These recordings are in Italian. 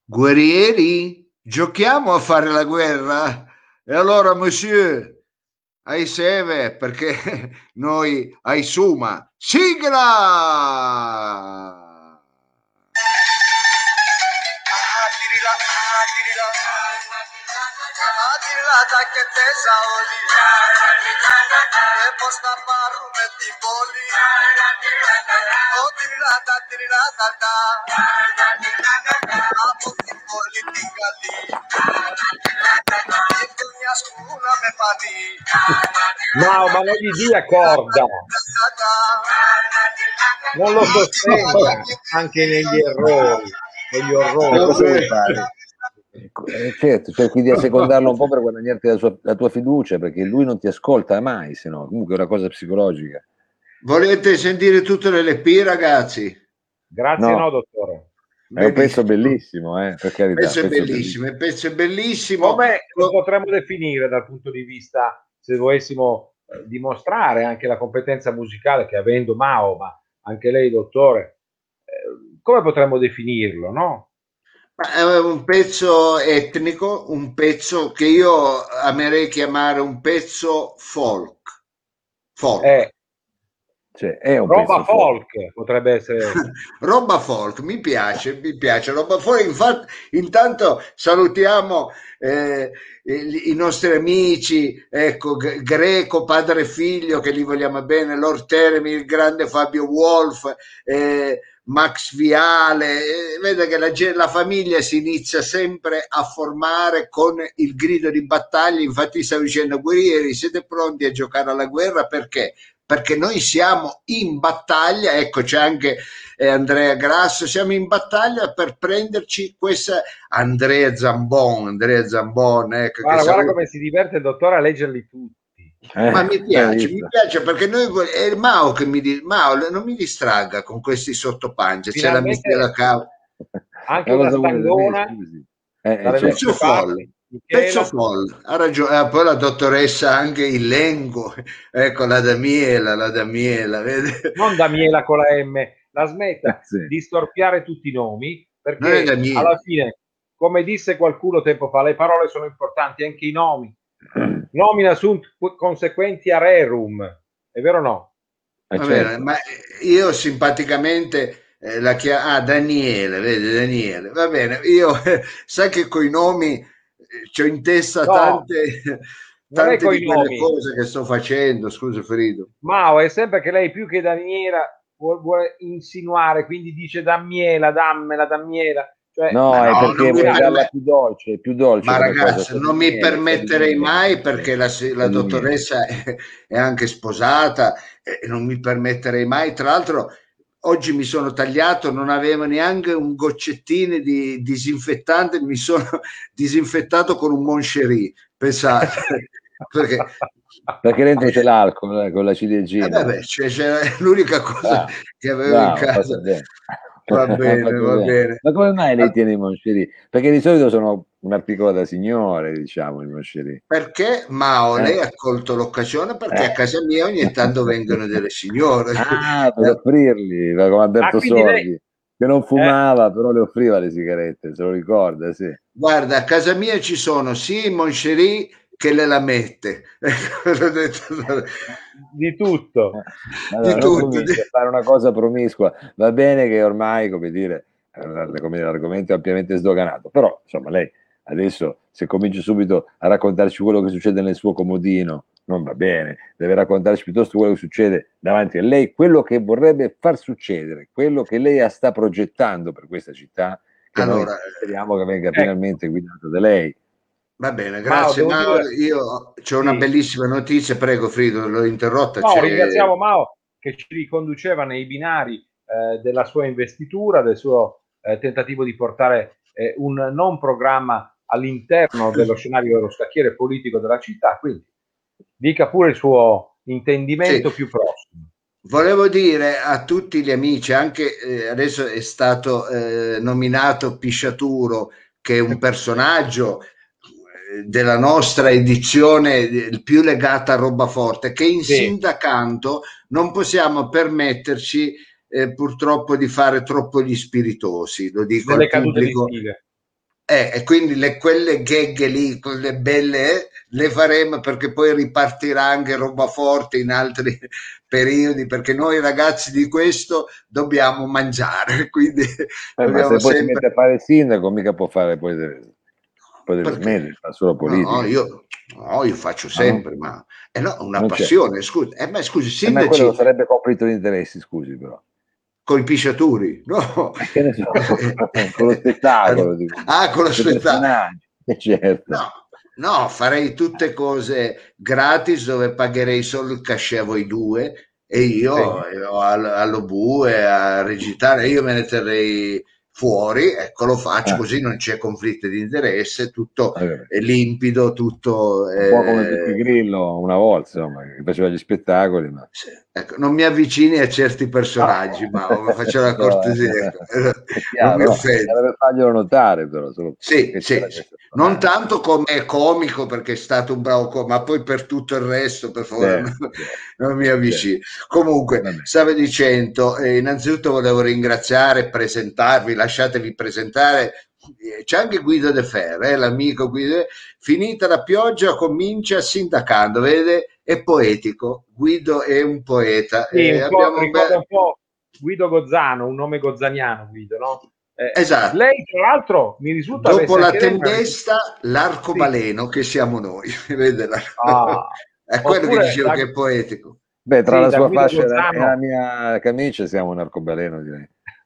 Guerrieri, giochiamo a fare la guerra? E allora, monsieur, ai seve, perché noi ai suma. Sigla! No, ma non gli dia corda, non lo sostenga anche negli errori, negli Ma cosa orrori. vuoi fare? Certo, cerchi di assecondarlo un po' per guadagnarti la tua fiducia, perché lui non ti ascolta mai, se no, comunque è una cosa psicologica. Volete sentire tutte le LP, ragazzi? Grazie, no, No, dottore. è un pezzo Benissimo. bellissimo, per carità, Pezzo è pezzo bellissimo, bellissimo. il pezzo è bellissimo. Come lo potremmo definire dal punto di vista, se dovessimo dimostrare anche la competenza musicale che avendo Mao, ma anche lei, dottore, come potremmo definirlo, no? Ma è un pezzo etnico, un pezzo che io amerei chiamare un pezzo folk. Folk. Cioè, è un Roba pezzo folk. folk potrebbe essere. Roba folk, mi piace roba folk. Infatti, intanto salutiamo i nostri amici, ecco, Greco, padre e figlio, che li vogliamo bene, Lord Teremi, il grande Fabio Wolf, Max Viale. Vede che la famiglia si inizia sempre a formare con il grido di battaglia. Infatti stavo dicendo, guerrieri, siete pronti a giocare alla guerra? Perché noi siamo in battaglia, ecco c'è anche Andrea Grasso, siamo in battaglia per prenderci questa Andrea Zambon, ecco, che Guarda saluto. come si diverte il dottore a leggerli tutti. Ma Hai mi visto? piace perché noi è il Mao che Mao non mi distragga con questi sottopancia, c'è la Michela Finalmente Cava. anche Ma una cosa vuole da me, stangona scusi? dalle Pezzo nostre folle, parti, pezzo Michela. folle, ha ragione. Poi la dottoressa anche Illengo, ecco la Damiela, vede? Non Damiela con la M, la smetta Sì. di storpiare tutti i nomi, Non è perché Damiela. alla fine, come disse qualcuno tempo fa, le parole sono importanti, anche i nomi. Nomina sunt consequentia rerum, è vero o no? Va bene, Certo. ma io simpaticamente Daniele, vedi Daniele, va bene, io sai che coi nomi c'ho in testa No, non è tante coi di quelle nomi. cose che sto facendo, scusa Frido. Mao è sempre che lei più che Daniela vuole insinuare, quindi dice Damiela, dammela, Damiela. Cioè, Ma No, è no, non perché mi vuole darla permetto. più dolce Ma come cosa, ragazzi, sa di non mi miele, sa di permetterei miele, mai capisce? perché la Sa di miele. dottoressa è anche sposata e non mi permetterei mai. Tra l'altro, oggi mi sono tagliato, non avevo neanche un goccettino di disinfettante, mi sono disinfettato con un Moncherie, pensate, perché Perché dentro c'è l'alcol, con la ciliegina. vabbè, c'era l'unica cosa Bravo, che avevo in bravo, ha casa. fatto bene. Va Ha bene, fatto va bene. bene. Ma come mai lei tiene i Moncherie? Perché di solito sono un articolo da signore, diciamo, i Moncherie. Perché Mao, Eh? lei ha colto l'occasione perché Eh. a casa mia ogni tanto vengono delle signore. Ah, per offrirli, come ah, Alberto quindi lei, Sordi, che non eh, fumava, però le offriva le sigarette, se lo ricorda, sì. Guarda, a casa mia ci sono sia i Moncherie che le lamette. L'ho detto, di tutto. di Allora, non tutto. cominci a fare una cosa promiscua. Va bene che ormai, come dire, l'argomento è ampiamente sdoganato, però, insomma, lei adesso, se cominci subito a raccontarci quello che succede nel suo comodino, non va bene, deve raccontarci piuttosto quello che succede davanti a lei, quello che vorrebbe far succedere, quello che lei sta progettando per questa città, che noi Allora, speriamo che venga Ecco, finalmente guidato da lei. va bene, Mao, grazie devo Mao. dire, Io c'ho una sì. bellissima notizia, prego Frido, l'ho interrotta. No, ringraziamo Mao che ci riconduceva nei binari della sua investitura, del suo tentativo di portare un non programma all'interno dello scenario dello scacchiere politico della città, quindi dica pure il suo Sì. intendimento più prossimo. Volevo dire a tutti gli amici, anche adesso è stato nominato Pisciaturo, che è un personaggio della nostra edizione più legata a roba forte, che in Sì, sindacanto non possiamo permetterci purtroppo di fare troppo gli spiritosi, lo dico al delle cadute di pubblico. stile. E quindi quelle gag lì, quelle belle, le faremo, perché poi ripartirà anche roba forte in altri periodi, perché noi ragazzi di questo dobbiamo mangiare, quindi Ma dobbiamo se poi si mette sempre... a fare il sindaco, mica può fare poi deve Perché? smettere, fa solo No, politica. io faccio Ah, no? sempre, ma no, una Non c'è. passione, scusa. Ma scusi, i Ma quello non sindaci sarebbe conflitto di interessi, scusi, però. con i pisciaturi, no? Che ne so, con lo spettacolo, dico. Con lo Dei spettacolo. personaggi, certo. No, no, farei tutte cose gratis dove pagherei solo il cachet a voi due e io Sì. allo bue a recitare, io me ne terrei fuori, ecco, lo faccio Ah, così non c'è conflitto di interesse, tutto vabbè. è limpido, tutto Un po' come Beppe Grillo una volta, insomma, che faceva gli spettacoli, ma... sì, ecco, non mi avvicini a certi Ah. personaggi, ma mi faccio la No, cortesia, ecco, è non mi chiaro, no? offendo. Era per farglielo notare, però, solo Sì, che c'era sì, sì. questo Non personaggio. tanto come comico perché è stato un bravo comico, ma poi per tutto il resto, per favore, Certo, certo, non mi certo. avvicini. Comunque, Vabbè. stavo dicendo, innanzitutto volevo ringraziare, presentarvi, lasciatevi presentare. C'è anche Guido De Fer, l'amico Guido. Finita la pioggia comincia sindacando, vede? È poetico. Guido è un poeta. Sì, un po', Abbiamo un ricorda bel... un po' Guido Gozzano, un nome gozzaniano, Guido, no? Esatto. Lei, tra l'altro, mi risulta Dopo avesse la anche lei una... tempesta, Sì. l'arcobaleno che siamo noi. Vede Ah, È quello che oppure dicevo che è poetico. Beh, tra sì, la da sua Guido fascia e la Gozzano. mia camicia siamo un arcobaleno, direi.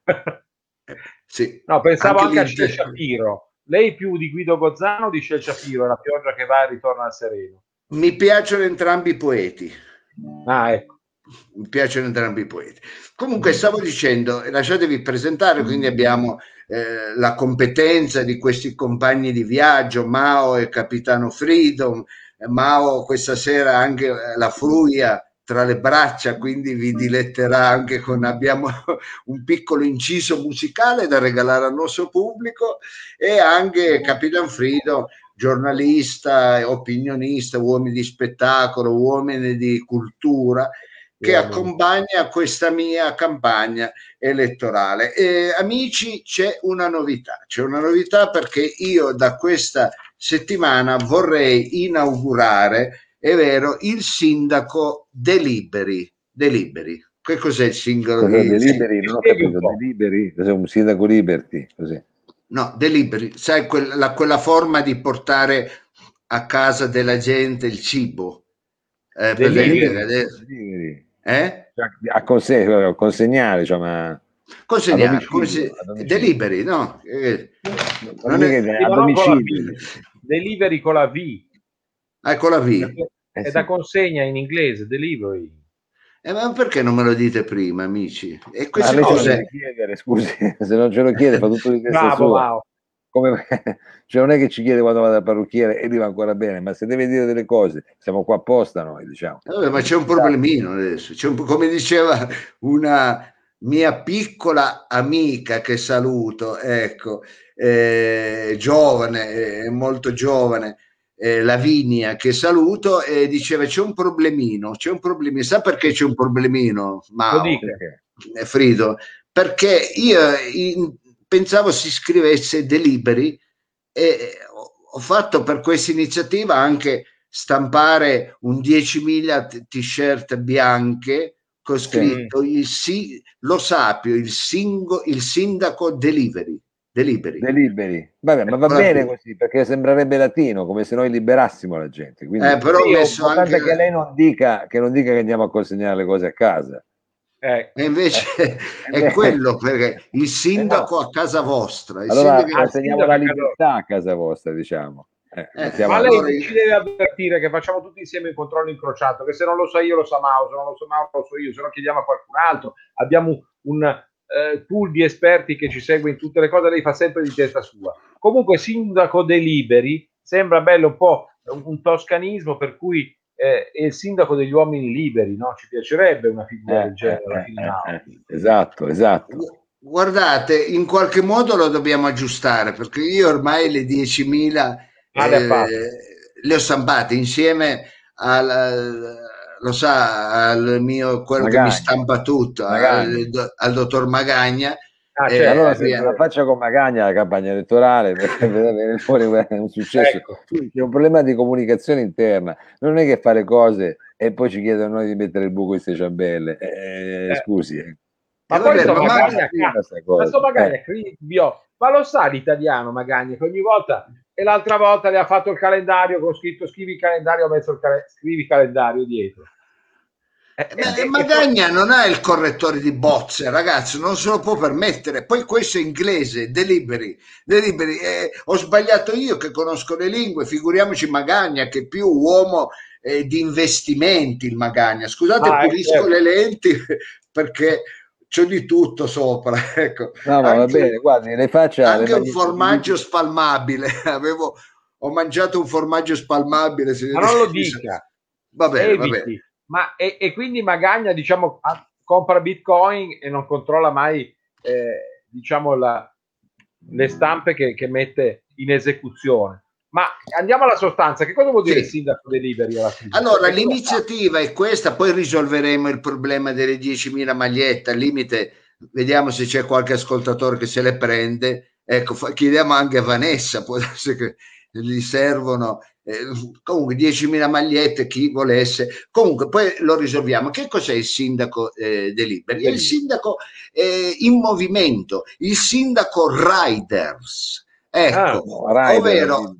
Sì, No, pensavo anche anche a l'Inter. Shel Shapiro. Lei più di Guido Gozzano o di Shel Shapiro, la pioggia che va e ritorna al sereno. Mi piacciono entrambi i poeti. Ah, ecco. Mi piacciono entrambi i poeti. Comunque stavo dicendo, lasciatevi presentare, quindi abbiamo la competenza di questi compagni di viaggio, Mao e Capitano Freedom, Mao questa sera anche la fruia tra le braccia, quindi vi diletterà anche con, abbiamo un piccolo inciso musicale da regalare al nostro pubblico e anche Capitan Freedom, giornalista, opinionista, uomini di spettacolo, uomini di cultura che Uomini. accompagna questa mia campagna elettorale. Amici, c'è una novità perché io da questa settimana vorrei inaugurare, è vero, il sindaco Deliberi. Deliberi. Che cos'è il singolo? Cosa deliberi? Mi Non ho spieghi un capito, po'. deliberi? Cos'è un sindaco liberty? Così. No, Deliberi, sai quella forma di portare a casa della gente il cibo. Presente? Delivery. Deliberi. Eh? Cioè, a consegnare, diciamo, a Consegnare, domicilio, a domicilio. Deliberi, no? Ma non Non è, mica Sì, a ma non con la domicilio. V. Delivery con la V. con la V. È da Sì. consegna in inglese, delivery. Ma perché non me lo dite prima, amici? E Ma queste lei ce lo cose... deve chiedere, scusi, se non ce lo chiede fa tutto di testa Bravo, sua. Mao. Come... Cioè non è che ci chiede quando va dal parrucchiere e gli va ancora bene, ma se deve dire delle cose, siamo qua apposta noi, diciamo. Ma c'è un problemino adesso. Come diceva una mia piccola amica che saluto, ecco, giovane, molto giovane, Lavinia, che saluto, e diceva c'è un problemino. Sa perché c'è un problemino, Lo Mao, dica. Perché? Frido? Perché io pensavo si scrivesse Deliberi e ho fatto per questa iniziativa anche stampare un 10.000 t-shirt bianche con Sì. scritto lo sapio, il sindaco Deliberi. Deliberi. Vabbè, ma va Con la bene P. così, perché sembrerebbe latino, come se noi liberassimo la gente. Quindi Però ho Sì, messo l'importante anche... è che lei non dica che andiamo a consegnare le cose a casa. E invece è Beh, quello, perché il no. sindaco a casa vostra, il Allora sindaco... al consegniamo la sindaco che libertà a casa vostra, diciamo. ma Mettiamola lei così. allora... ci deve avvertire che facciamo tutti insieme il controllo incrociato, che se non lo so io lo sa Mao, se non lo so Mao lo so io, se no chiediamo a qualcun altro. Abbiamo un pool di esperti che ci segue in tutte le cose, lei fa sempre di testa sua. Comunque sindaco Deliberi sembra bello un po' un toscanismo per cui è il sindaco degli uomini liberi, no? Ci piacerebbe una figura del genere alla fine Mao. Esatto, esatto. Guardate, in qualche modo lo dobbiamo aggiustare perché io ormai le 10.000 Male ha fatto. le ho stampate insieme lo sa, al mio, quello che mi Magagna, stampa tutto, Magagna. al dottor Magagna, certo. Allora sì, la faccia con Magagna la campagna elettorale per avere fuori un successo. Ecco. C'è un problema di comunicazione interna, non è che fare cose e poi ci chiedono noi di mettere il buco in queste ciambelle. Scusi. Ma poi sto Magagna, Magagna Cribio, ma lo sa l'italiano Magagna che ogni volta, e l'altra volta le ha fatto il calendario con scritto scrivi calendario, ho messo scrivi calendario dietro. Magagna non ha il correttore di bozze, ragazzi, non se lo può permettere. Poi questo è inglese, deliberi. Ho sbagliato io che conosco le lingue, figuriamoci Magagna che è più uomo di investimenti il Magagna. Scusate, pulisco le lenti perché c'ho di tutto sopra. Ecco. No, ma va bene, guardi, le faccia anche un formaggio spalmabile. Ho mangiato un formaggio spalmabile. Ma non lo dica. Va bene, va bene. Ma e quindi Magagna, diciamo, compra Bitcoin e non controlla mai, diciamo, le stampe che mette in esecuzione. Ma andiamo alla sostanza. Che cosa vuol dire il sindaco deliberi? Allora, l'iniziativa è questa, poi risolveremo il problema delle 10.000 magliette. Al limite, vediamo se c'è qualche ascoltatore che se le prende. Ecco, chiediamo anche a Vanessa, può essere che gli servono. Comunque 10.000 magliette, chi volesse, comunque poi lo risolviamo. Che cos'è il sindaco deliberi? È il sindaco in movimento, il sindaco riders, ecco, ovvero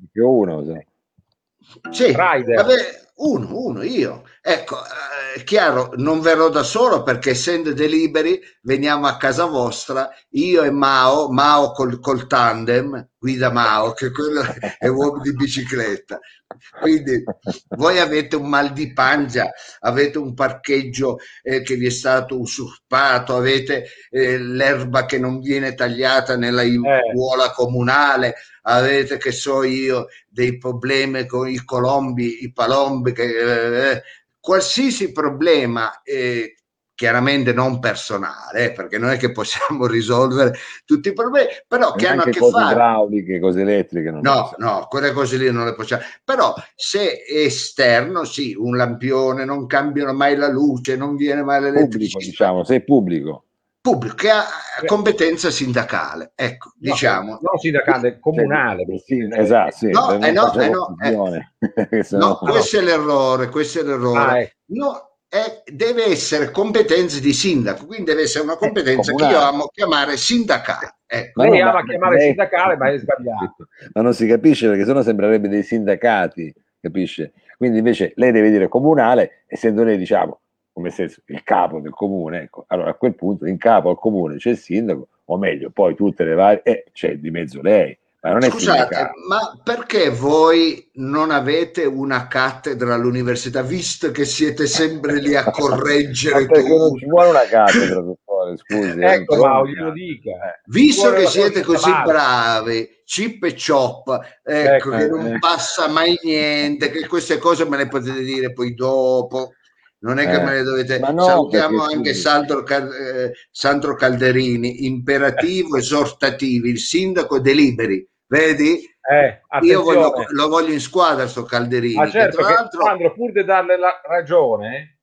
sì, uno io, ecco, chiaro, non verrò da solo perché essendo deliberi veniamo a casa vostra, io e Mao col tandem, guida Mao, che quello è uomo di bicicletta. Quindi voi avete un mal di pancia, avete un parcheggio che vi è stato usurpato, avete l'erba che non viene tagliata nella aiuola comunale, avete, che so io, dei problemi con i colombi, i palombi, qualsiasi problema, chiaramente non personale, perché non è che possiamo risolvere tutti i problemi, però che hanno a che cose fare idrauliche, cose elettriche, no, quelle cose lì non le possiamo, però se è esterno, sì, un lampione, non cambiano mai la luce, non viene mai l'elettricità, diciamo, se è pubblico che ha competenza sindacale, ecco, diciamo. Non sindacale, comunale. Esatto, sì. No, questo è l'errore, no, deve essere competenze di sindaco, quindi deve essere una competenza che io amo chiamare sindacale. Ecco. Lei ama chiamare sindacale, ma è sbagliato. Ma non si capisce, perché sennò sembrerebbe dei sindacati, capisce? Quindi invece lei deve dire comunale, essendo lei, diciamo, come se il capo del comune, ecco, allora a quel punto in capo al comune c'è il sindaco, o meglio, poi tutte le varie, c'è di mezzo lei. Ma non scusate, ma perché voi non avete una cattedra all'università, visto che siete sempre lì a correggere perché non ci vuole una cattedra, dottore, scusi. Ecco, Mauro, glielo dica. Visto che siete così bravi, chip e chop, ecco, che non passa mai niente, che queste cose me le potete dire poi dopo. Non è che me le dovete. Salutiamo anche Sandro Calderini, imperativo esortativi, il sindaco deliberi, vedi? Io lo voglio in squadra sto Calderini. Ma certo, che tra l'altro, Sandro, pur di darle la ragione,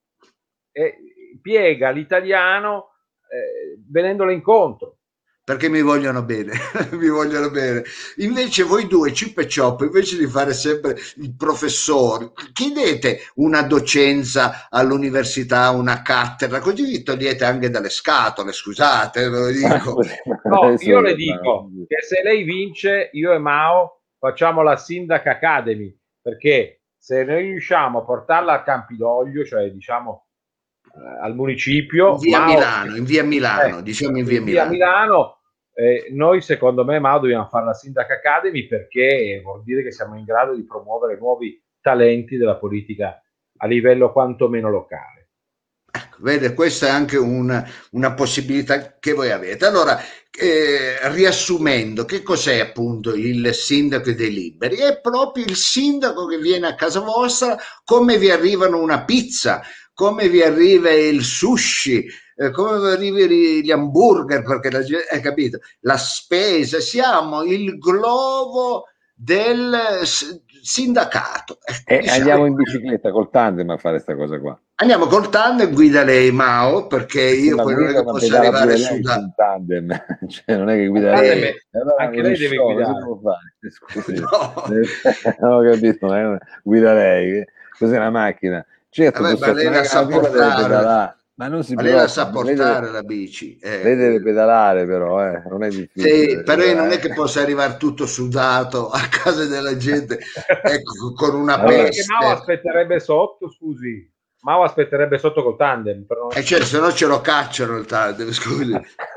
piega l'italiano venendolo incontro. Perché mi vogliono bene, mi vogliono bene. Invece voi due, Chip e Chop, invece di fare sempre il professore, chiedete una docenza all'università, una cattedra, così vi togliete anche dalle scatole, scusate, ve lo dico. No, io le dico che se lei vince, io e Mao facciamo la Sindac Academy, perché se noi riusciamo a portarla a Campidoglio, cioè diciamo al municipio, in via Milano, diciamo in via Milano, noi secondo me Mao dobbiamo fare la Sindac Academy, perché vuol dire che siamo in grado di promuovere nuovi talenti della politica a livello quantomeno locale. Ecco, vede, questa è anche una possibilità che voi avete. Allora, riassumendo, che cos'è appunto il sindaco dei liberi? È proprio il sindaco che viene a casa vostra, come vi arrivano una pizza, come vi arriva il sushi, come vi arrivano gli hamburger, perché hai capito, la spesa, siamo il globo sindacato. E Diciamo, andiamo in bicicletta col tandem a fare questa cosa qua. andiamo col tandem, guida lei Mao, perché io Ma poi non è guida, che ma posso pedala arrivare pure su lei su da... un tandem, cioè non è che Il guida tandem lei. Allora anche mi lei deve risciò, cosa guidare. devo fare? Scusi, No. non ho capito, ma guida lei, cos'è una macchina? Certo, Vabbè, ma lei non è la che sa la tipa deve portare, pedalare, ma non si ma lei la sa preoccupi, portare la bici. lei deve pedalare però, non è difficile. Sì, però io non è che possa arrivare tutto sudato a casa della gente, ecco, con una Ma Allora, perché Mao peste. aspetterebbe sotto, scusi? Mao aspetterebbe sotto col tandem. E cioè, se no ce lo cacciano il tandem, scusi.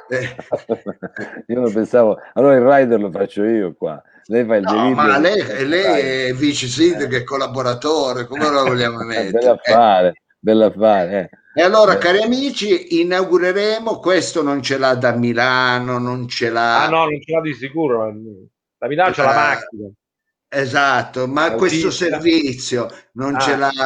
Io non pensavo, allora il rider lo faccio io qua, lei fa il No, ma delivery. lei è vice sindaco e collaboratore, come lo vogliamo Bella mettere? affare, bella affare. E allora, Bella. cari amici, inaugureremo, questo non ce l'ha da Milano, non ce Ah l'ha... no, non ce l'ha di sicuro. Da Milano c'è la la- macchina. esatto, ma questo L'autista. servizio non ce Ah, l'ha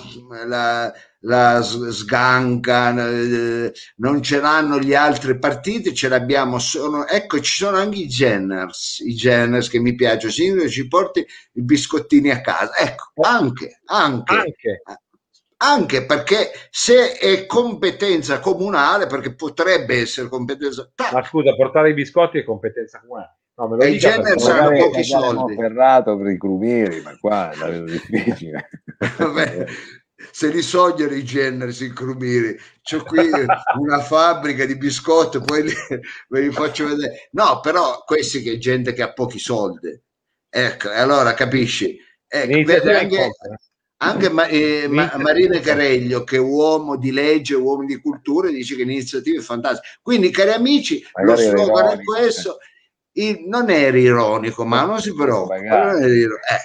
la Sganca, non ce l'hanno gli altri partiti, ce l'abbiamo, ecco, ci sono anche i Jenners che mi piace, Sindaco ci porti i biscottini a casa, ecco, anche. anche perché se è competenza comunale, perché potrebbe essere competenza, Ma tac, scusa, portare i biscotti è competenza comunale. No, me lo e i dica perché Jenners hanno Magari pochi andare a soldi. Monferrato per i crumiri, ma qua la vedo difficile. Vabbè, se li sognano i Jenners in Crumiri, c'ho qui una fabbrica di biscotti, poi ve li faccio vedere. No, però questi che è gente che ha pochi soldi, ecco, e allora capisci? Ecco, vede l'iniziativa è in conto. anche L'iniziativa è Marina in conto. Careglio, che è uomo di legge, uomo di cultura, dice che l'iniziativa è fantastica. Quindi, cari amici, lo Magari era slogan è ironico. questo. Non era ironico, ma non si preoccupa. Non Magari. era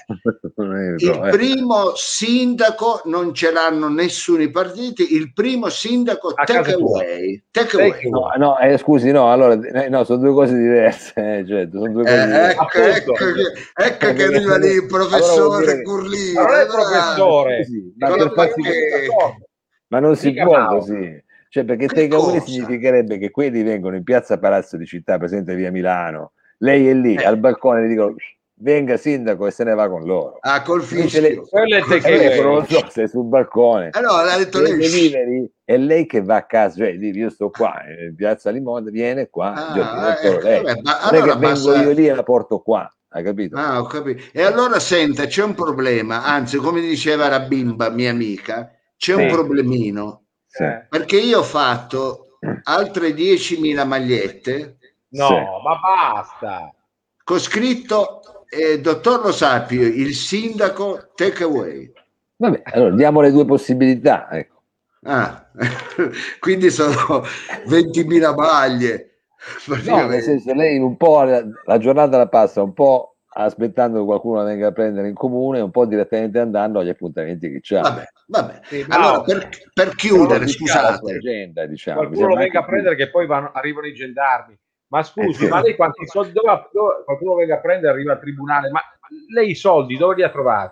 il primo sindaco non ce l'hanno nessuno i partiti, il primo sindaco A casa tua. take away. No, scusi, no, allora, no, sono due cose diverse, cioè, sono due cose diverse. Ecco che arriva lì il Allora vuol professore dire Curlino. Ma non è il professore, scusi, è ma che per tu farsi d'accordo. ma non si Mica può Mao. così, cioè perché Che takeaway cosa? significherebbe che quelli vengono in piazza Palazzo di Città, presente via Milano, lei è lì al balcone e gli dico venga sindaco e se ne va con loro. Ah, col Invece lei, fischio. Quello è takeaway. non lo so, sei sul balcone, Allora, ha detto lei. delivery, è lei che va a casa, cioè io sto qua in piazza Limone, viene qua, io ti porto lei, Vabbè, ma non è che allora vengo basta. io lì e la porto qua, hai capito? Ah, ho capito. E allora senta, c'è un problema, anzi, come diceva la bimba, mia amica, c'è un Sì. problemino, Sì. perché io ho fatto altre 10.000 magliette. No, Sì. ma basta. Con scritto dottor Lo Sapio, il sindaco take away. Vabbè, allora diamo le due possibilità, ecco. Ah, quindi sono 20.000 maglie. No, nel senso lei un po' la giornata la passa un po' aspettando che qualcuno la venga a prendere in comune, un po' direttamente andando agli appuntamenti che c'ha. Vabbè. Sì, Allora, Mao, per chiudere, La sua scusate, agenda, diciamo. qualcuno lo venga a prendere che poi arrivano i gendarmi. Ma scusi, ma lei quanti soldi qualcuno venga a prendere arriva al tribunale, ma lei i soldi dove li ha trovati?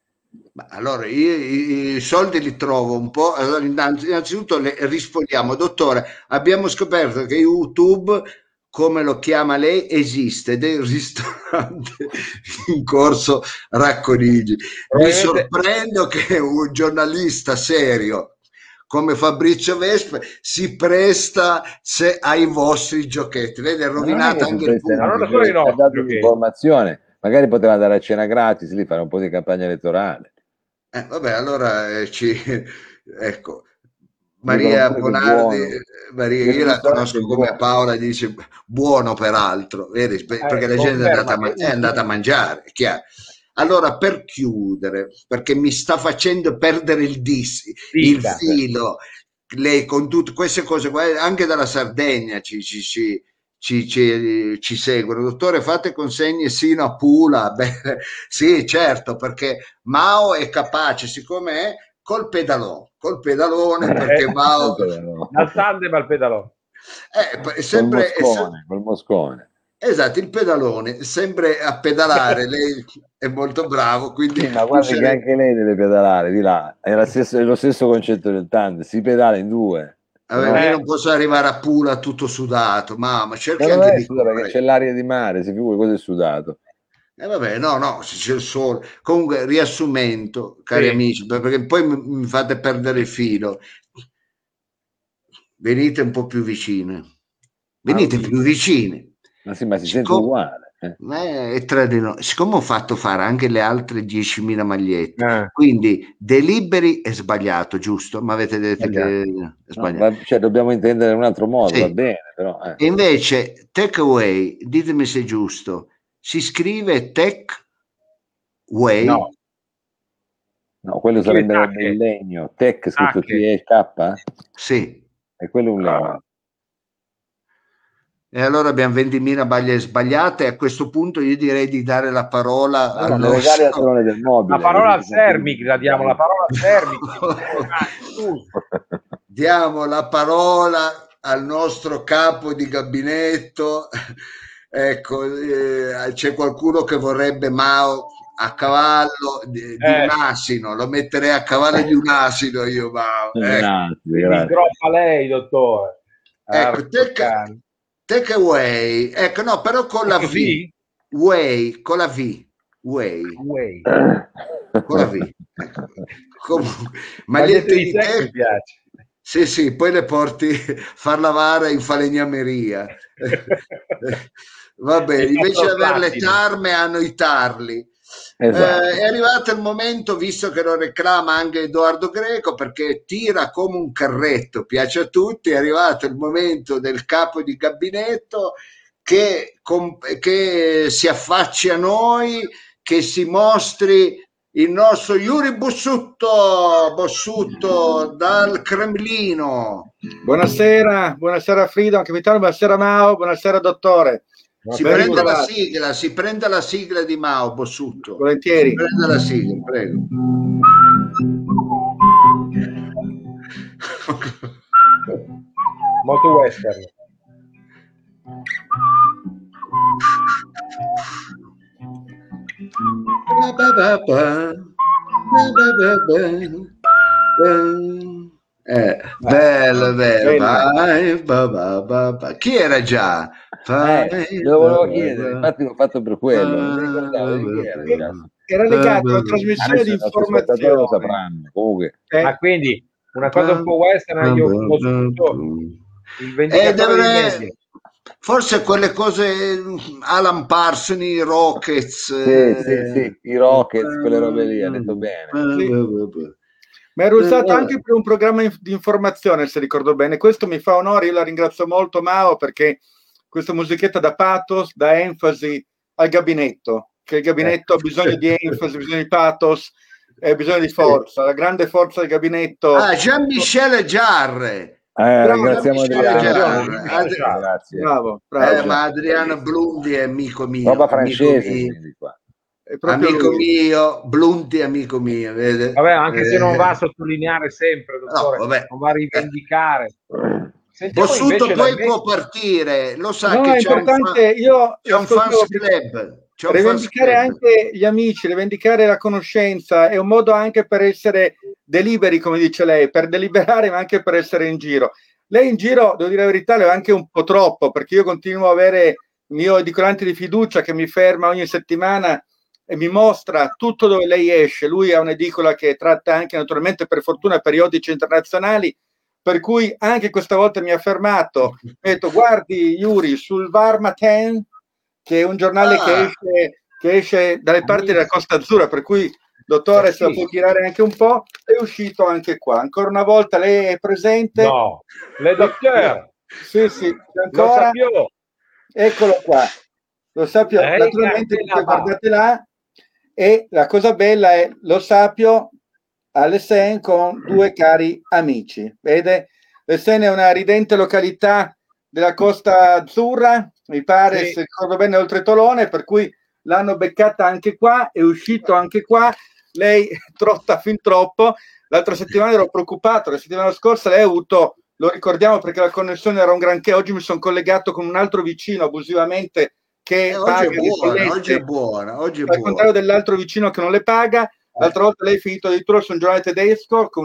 allora io i soldi li trovo un po'. Allora, innanzitutto le rispondiamo, dottore, abbiamo scoperto che YouTube, come lo chiama lei, esiste ed è il ristorante in corso Racconigi. Mi sorprendo che un giornalista serio come Fabrizio Vespe si presta ai vostri giochetti. Vede, è rovinato anche il pubblico. Ha dato l'informazione, magari poteva andare a cena gratis lì, fare un po' di campagna elettorale. Vabbè, allora ecco, Maria Bonardi, Maria, io la conosco come Paola, dice buono peraltro, vedi? Perché la gente è andata a mangiare, è chiaro. Allora, per chiudere, perché mi sta facendo perdere il filo, lei con tutte queste cose qua, anche dalla Sardegna ci seguono. Dottore, fate consegne sino a Pula. Beh, sì, certo, perché Mao è capace, siccome è col pedalone, perché Mao... Dal tandem al pedalone. È sempre... Col moscone. Esatto, il pedalone, sempre a pedalare, lei è molto bravo, quindi... Sì, ma guarda che anche lei deve pedalare, di là, è lo stesso concetto del tandem, si pedala in due. Io non posso arrivare a Pula tutto sudato, ma cerchi non anche è di sudato perché c'è l'aria di mare, si figura cosa è sudato. Vabbè, no, se c'è il sole. Comunque, riassumento, cari Sì. amici, perché poi mi fate perdere il filo. Venite un po' più vicine. Venite Audito. più vicine. Ma sì, ma si sente Siccome, uguale. è tra di noi. Siccome ho fatto fare anche le altre 10.000 magliette, Eh, quindi Deliberi è sbagliato, giusto? Ma avete detto che è No, sbagliato. cioè, dobbiamo intendere in un altro modo, va Sì. bene, però. E invece Takeaway, ditemi se è giusto, si scrive Tech Way? no, No, quello scrive sarebbe il tacche, legno. Tech scritto tacche. TEK? Sì. E quello è un legno. E allora abbiamo 20.000 baglie sbagliate. A questo punto io direi di dare la parola No, al no, le regali al nostro... Salone del La Mobile, parola così al si sente Sermic, la diamo, la parola al Sermic. Scusa. Diamo la parola al nostro capo di gabinetto. Ecco, c'è qualcuno che vorrebbe Mao a cavallo di un asino, lo metterei a cavallo di un asino io, Mao. Ecco. Grazie, Mi grazie. sgroppa lei, dottore. Ecco, Arco cane. take away, ecco, no, però con la V, HV? way, con la V, way, Way. con la V. Ecco. Comunque, Magliette magliette di di tech mi te, piace. sì, poi le porti far lavare in falegnameria. Va bene, E invece di avere le plattino. tarme hanno i tarli. Esatto. È arrivato il momento, visto che lo reclama anche Edoardo Greco, perché tira come un carretto, piace a tutti, è arrivato il momento del capo di gabinetto che si affacci a noi, che si mostri il nostro Yuri Bossutto dal Cremlino. Buonasera Frido, capitano, buonasera Mao, buonasera dottore. Si Buonasera, Ben prende la ritrovati, sigla, si prende la sigla di Mao Bossutto. Si volentieri. prende la sigla, prego. Molto western. Bello, bello. Bella. Chi era già? Lo volevo chiedere, infatti l'ho fatto per quello, non mi ricordavo di chi era già. Era legato a una trasmissione di Adesso i nostri ascoltatori lo informazione. sapranno, comunque. Ah, quindi una cosa un po' western, io Bossutto, il vendicatore di medie. Forse quelle cose Alan Parsons, Rockets. Sì, i Rockets, quelle robe lì, ha detto bene. Sì. Ma era usato anche per un programma di informazione, se ricordo bene. Questo mi fa onore, io la ringrazio molto Mao, perché questa musichetta da pathos, da enfasi al gabinetto, che il gabinetto ha bisogno di enfasi, bisogno di pathos, ha bisogno di forza, la grande forza del gabinetto. Ah, Jean-Michel Jarre. Ringraziamo Adriano. Grazie. Bravo. Ma Adriano Blundi è amico mio. Roba francese, quindi qua. Amico mio, Blundi amico mio, vede? Vabbè, anche se non va a sottolineare sempre, dottore, No, vabbè. non va a rivendicare. Bossuto poi può partire, lo sa no, che è importante, c'è un fans club. Rivendicare anche gli amici, rivendicare la conoscenza è un modo anche per essere deliberi, come dice lei, per deliberare ma anche per essere in giro. Lei in giro, devo dire la verità, lo è anche un po' troppo, perché io continuo a avere il mio edicolante di fiducia che mi ferma ogni settimana e mi mostra tutto dove lei esce. Lui ha un'edicola che tratta anche naturalmente, per fortuna, periodici internazionali, per cui anche questa volta mi ha fermato, mi ha detto guardi Yuri sul Var Matin, che è un giornale che esce dalle parti della Costa Azzurra, per cui dottore se la può tirare anche un po', è uscito anche qua. Ancora una volta lei è presente? No, le docteur. Sì, ancora. Eccolo qua. Lo Sapio, naturalmente guardate là, e la cosa bella è lo Sapio all'Essen con due cari amici. Vede? L'Essen è una ridente località della Costa Azzurra, mi pare, se ricordo bene, oltre Tolone, per cui l'hanno beccata anche qua, è uscito anche qua. Lei trotta fin troppo. L'altra settimana ero preoccupato, la settimana scorsa lei ha avuto, lo ricordiamo perché la connessione era un granché, oggi mi sono collegato con un altro vicino abusivamente che paga oggi è buona. Al contrario dell'altro vicino che non le paga. L'altra volta lei è finito addirittura su un giornale tedesco con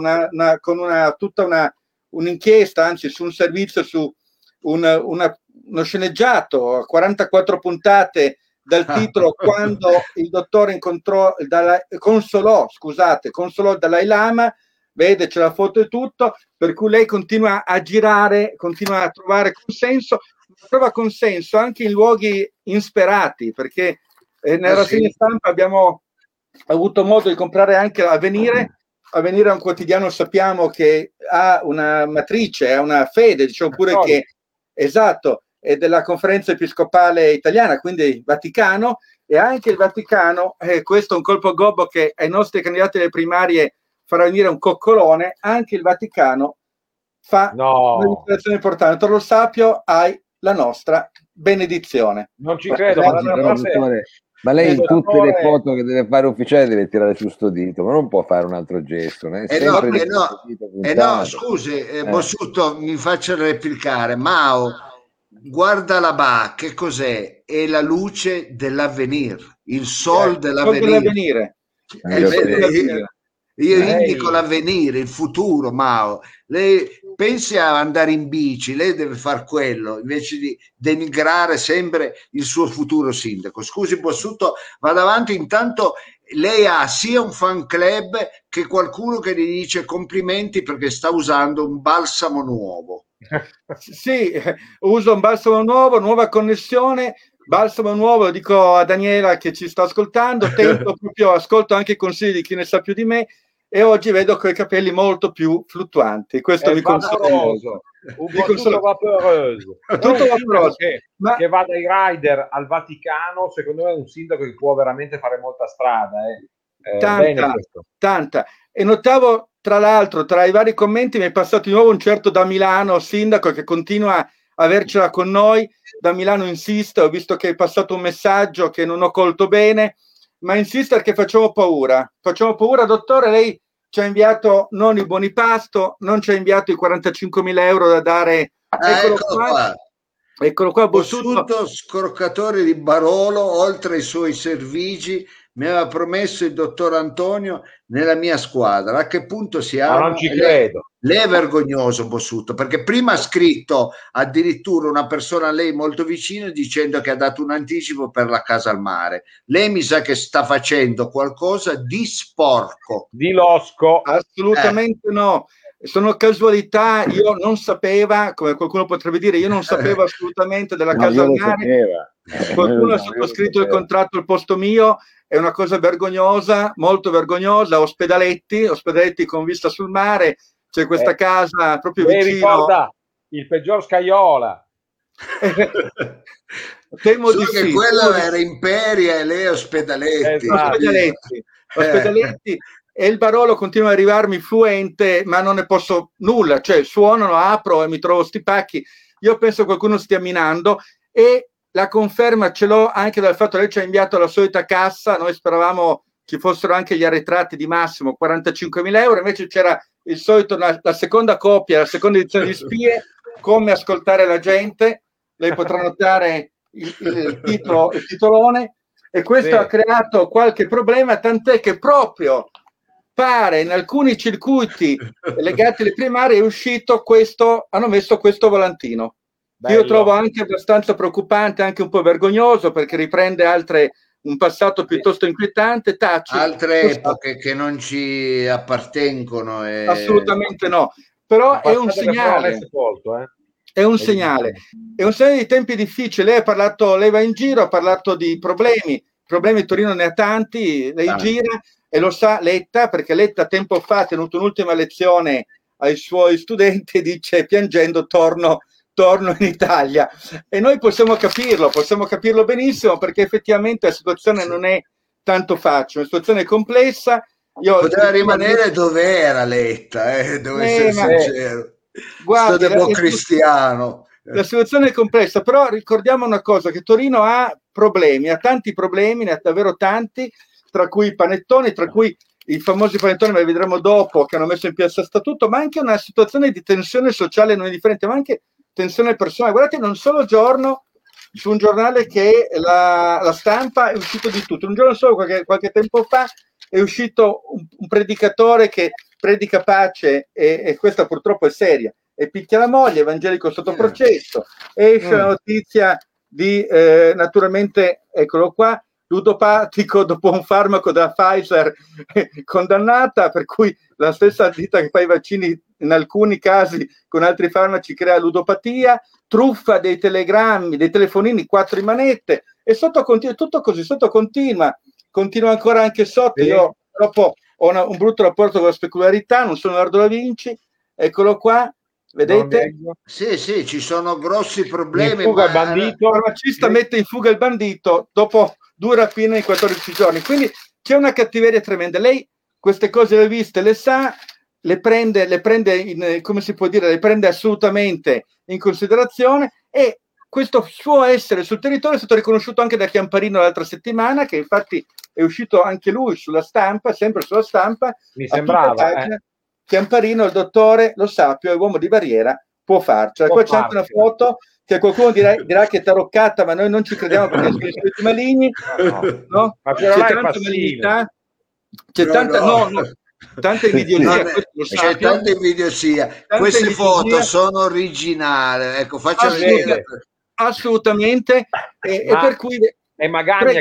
un'inchiesta, anzi su un servizio, su uno sceneggiato a 44 puntate dal titolo quando il dottore consolò il Dalai Lama, vede, c'è la foto e tutto, per cui lei continua a girare, continua a trovare consenso, trova consenso anche in luoghi insperati, perché nella rassegna stampa abbiamo avuto modo di comprare anche Avvenire. Avvenire è un quotidiano, sappiamo che ha una matrice, ha una fede, diciamo pure che esatto, è della Conferenza Episcopale Italiana, quindi Vaticano, e anche il Vaticano, questo è un colpo a gobbo che ai nostri candidati alle primarie farà venire un coccolone, anche il Vaticano fa una dichiarazione importante. Dottor Lo Sapio, hai la nostra benedizione. Non ci credo, ma lei in tutte le foto che deve fare ufficiale deve tirare su sto dito, ma non può fare un altro gesto. No, scusi, Bossuto, mi faccia replicare. Mao, guarda là-bas, che cos'è? È la luce dell'avvenire, il sol dell'avvenire. Io indico l'avvenire, il futuro, Mao. Lei pensi a andare in bici, lei deve fare quello invece di denigrare sempre il suo futuro sindaco. Scusi Bossuto, vado avanti. Intanto lei ha sia un fan club che qualcuno che gli dice complimenti perché sta usando un balsamo nuovo. Sì, uso un balsamo nuovo, nuova connessione. Balsamo nuovo, lo dico a Daniela che ci sta ascoltando, ascolto anche i consigli di chi ne sa più di me, e oggi vedo con i capelli molto più fluttuanti. Questo mi consola molto. Tutto vaporoso. Tutto vaporoso. Che vada ai rider al Vaticano, secondo me è un sindaco che può veramente fare molta strada. Tanta. E notavo, tra l'altro, tra i vari commenti mi è passato di nuovo un certo da Milano, sindaco, che continua a avercela con noi. Da Milano insiste, ho visto che è passato un messaggio che non ho colto bene, ma insiste perché facciamo paura, dottore. Lei ci ha inviato non il buonipasto, non ci ha inviato i 45.000 euro da dare. Eccolo qua, Bossuto, scorcatore di Barolo, oltre ai suoi servigi, mi aveva promesso il dottor Antonio nella mia squadra. A che punto siamo? Ma non ci credo. Lei è vergognoso, Bossuto, perché prima ha scritto addirittura una persona a lei molto vicina dicendo che ha dato un anticipo per la casa al mare. Lei mi sa che sta facendo qualcosa di sporco. Di losco. Assolutamente no. Sono casualità, io non sapeva, come qualcuno potrebbe dire, io non sapevo assolutamente della casa al mare. Qualcuno ha sottoscritto il contratto al posto mio, è una cosa vergognosa, molto vergognosa. Ospedaletti con vista sul mare, c'è questa casa proprio vicino. Ricorda il peggior Scaiola. Temo di che quello era Imperia e lei Ospedaletti. Ospedaletti. E il Barolo continua ad arrivarmi fluente, ma non ne posso nulla, cioè suono, lo apro e mi trovo sti pacchi. Io penso che qualcuno stia minando, e la conferma ce l'ho anche dal fatto che lei ci ha inviato la solita cassa. Noi speravamo ci fossero anche gli arretrati di Massimo, 45.000 euro, invece c'era il solito, la seconda copia, la seconda edizione di Spie, come ascoltare la gente. Lei potrà notare il titolone, e questo ha creato qualche problema, tant'è che proprio pare in alcuni circuiti legati alle primarie è uscito questo, hanno messo questo volantino. Bello. Io trovo anche abbastanza preoccupante, anche un po' vergognoso, perché riprende un passato piuttosto inquietante. Altre epoche che non ci appartengono. Assolutamente no, però è un segnale. È un segnale di tempi difficili. Lei va in giro, ha parlato di problemi Torino ne ha tanti, lei gira e lo sa Letta, perché Letta tempo fa ha tenuto un'ultima lezione ai suoi studenti e dice piangendo torno in Italia, e noi possiamo capirlo benissimo, perché effettivamente la situazione non è tanto facile, una situazione complessa. Poteva rimanere dove era Letta, devo essere sincero. Guardi, democristiano. La situazione è complessa, però ricordiamo una cosa, che Torino ha tanti problemi, ne ha davvero tanti, tra cui i panettoni, tra cui i famosi panettoni, ma li vedremo dopo, che hanno messo in piazza Statuto, ma anche una situazione di tensione sociale non indifferente, ma anche tensione personale. Guardate, non solo giorno, su un giornale che è la Stampa, è uscito di tutto. Un giorno solo, qualche tempo fa, è uscito un predicatore che predica pace, e questa purtroppo è seria, e picchia la moglie, evangelico sotto processo. Esce la notizia di naturalmente eccolo qua, ludopatico dopo un farmaco da Pfizer condannata, per cui la stessa ditta che fa i vaccini in alcuni casi con altri farmaci crea ludopatia, truffa dei telegrammi, dei telefonini, 4 in manette, e sotto continua, tutto così, sotto continua ancora anche sotto. Io purtroppo ho un brutto rapporto con la specularità, non sono Leonardo da Vinci, eccolo qua, vedete? Sì, ci sono grossi problemi. In fuga il bandito. Il farmacista mette in fuga il bandito dopo 2 rapine in 14 giorni, quindi c'è una cattiveria tremenda. Lei queste cose le ha viste, le sa, le prende in, come si può dire, le prende assolutamente in considerazione, e questo suo essere sul territorio è stato riconosciuto anche da Chiamparino l'altra settimana, che infatti è uscito anche lui sulla stampa, sempre sulla stampa. Mi sembrava. Chiamparino, il dottore Lo Sapio, è uomo di barriera, può farcela. Poi c'è anche una foto che qualcuno dirà che è taroccata, ma noi non ci crediamo perché sono spiriti maligni. No? Ma c'è tanta malignità, c'è tanta invidiosia. C'è tanta invidiosia. Queste foto sono originali. Ecco, faccia vedere. Assolutamente. E per cui è Magagna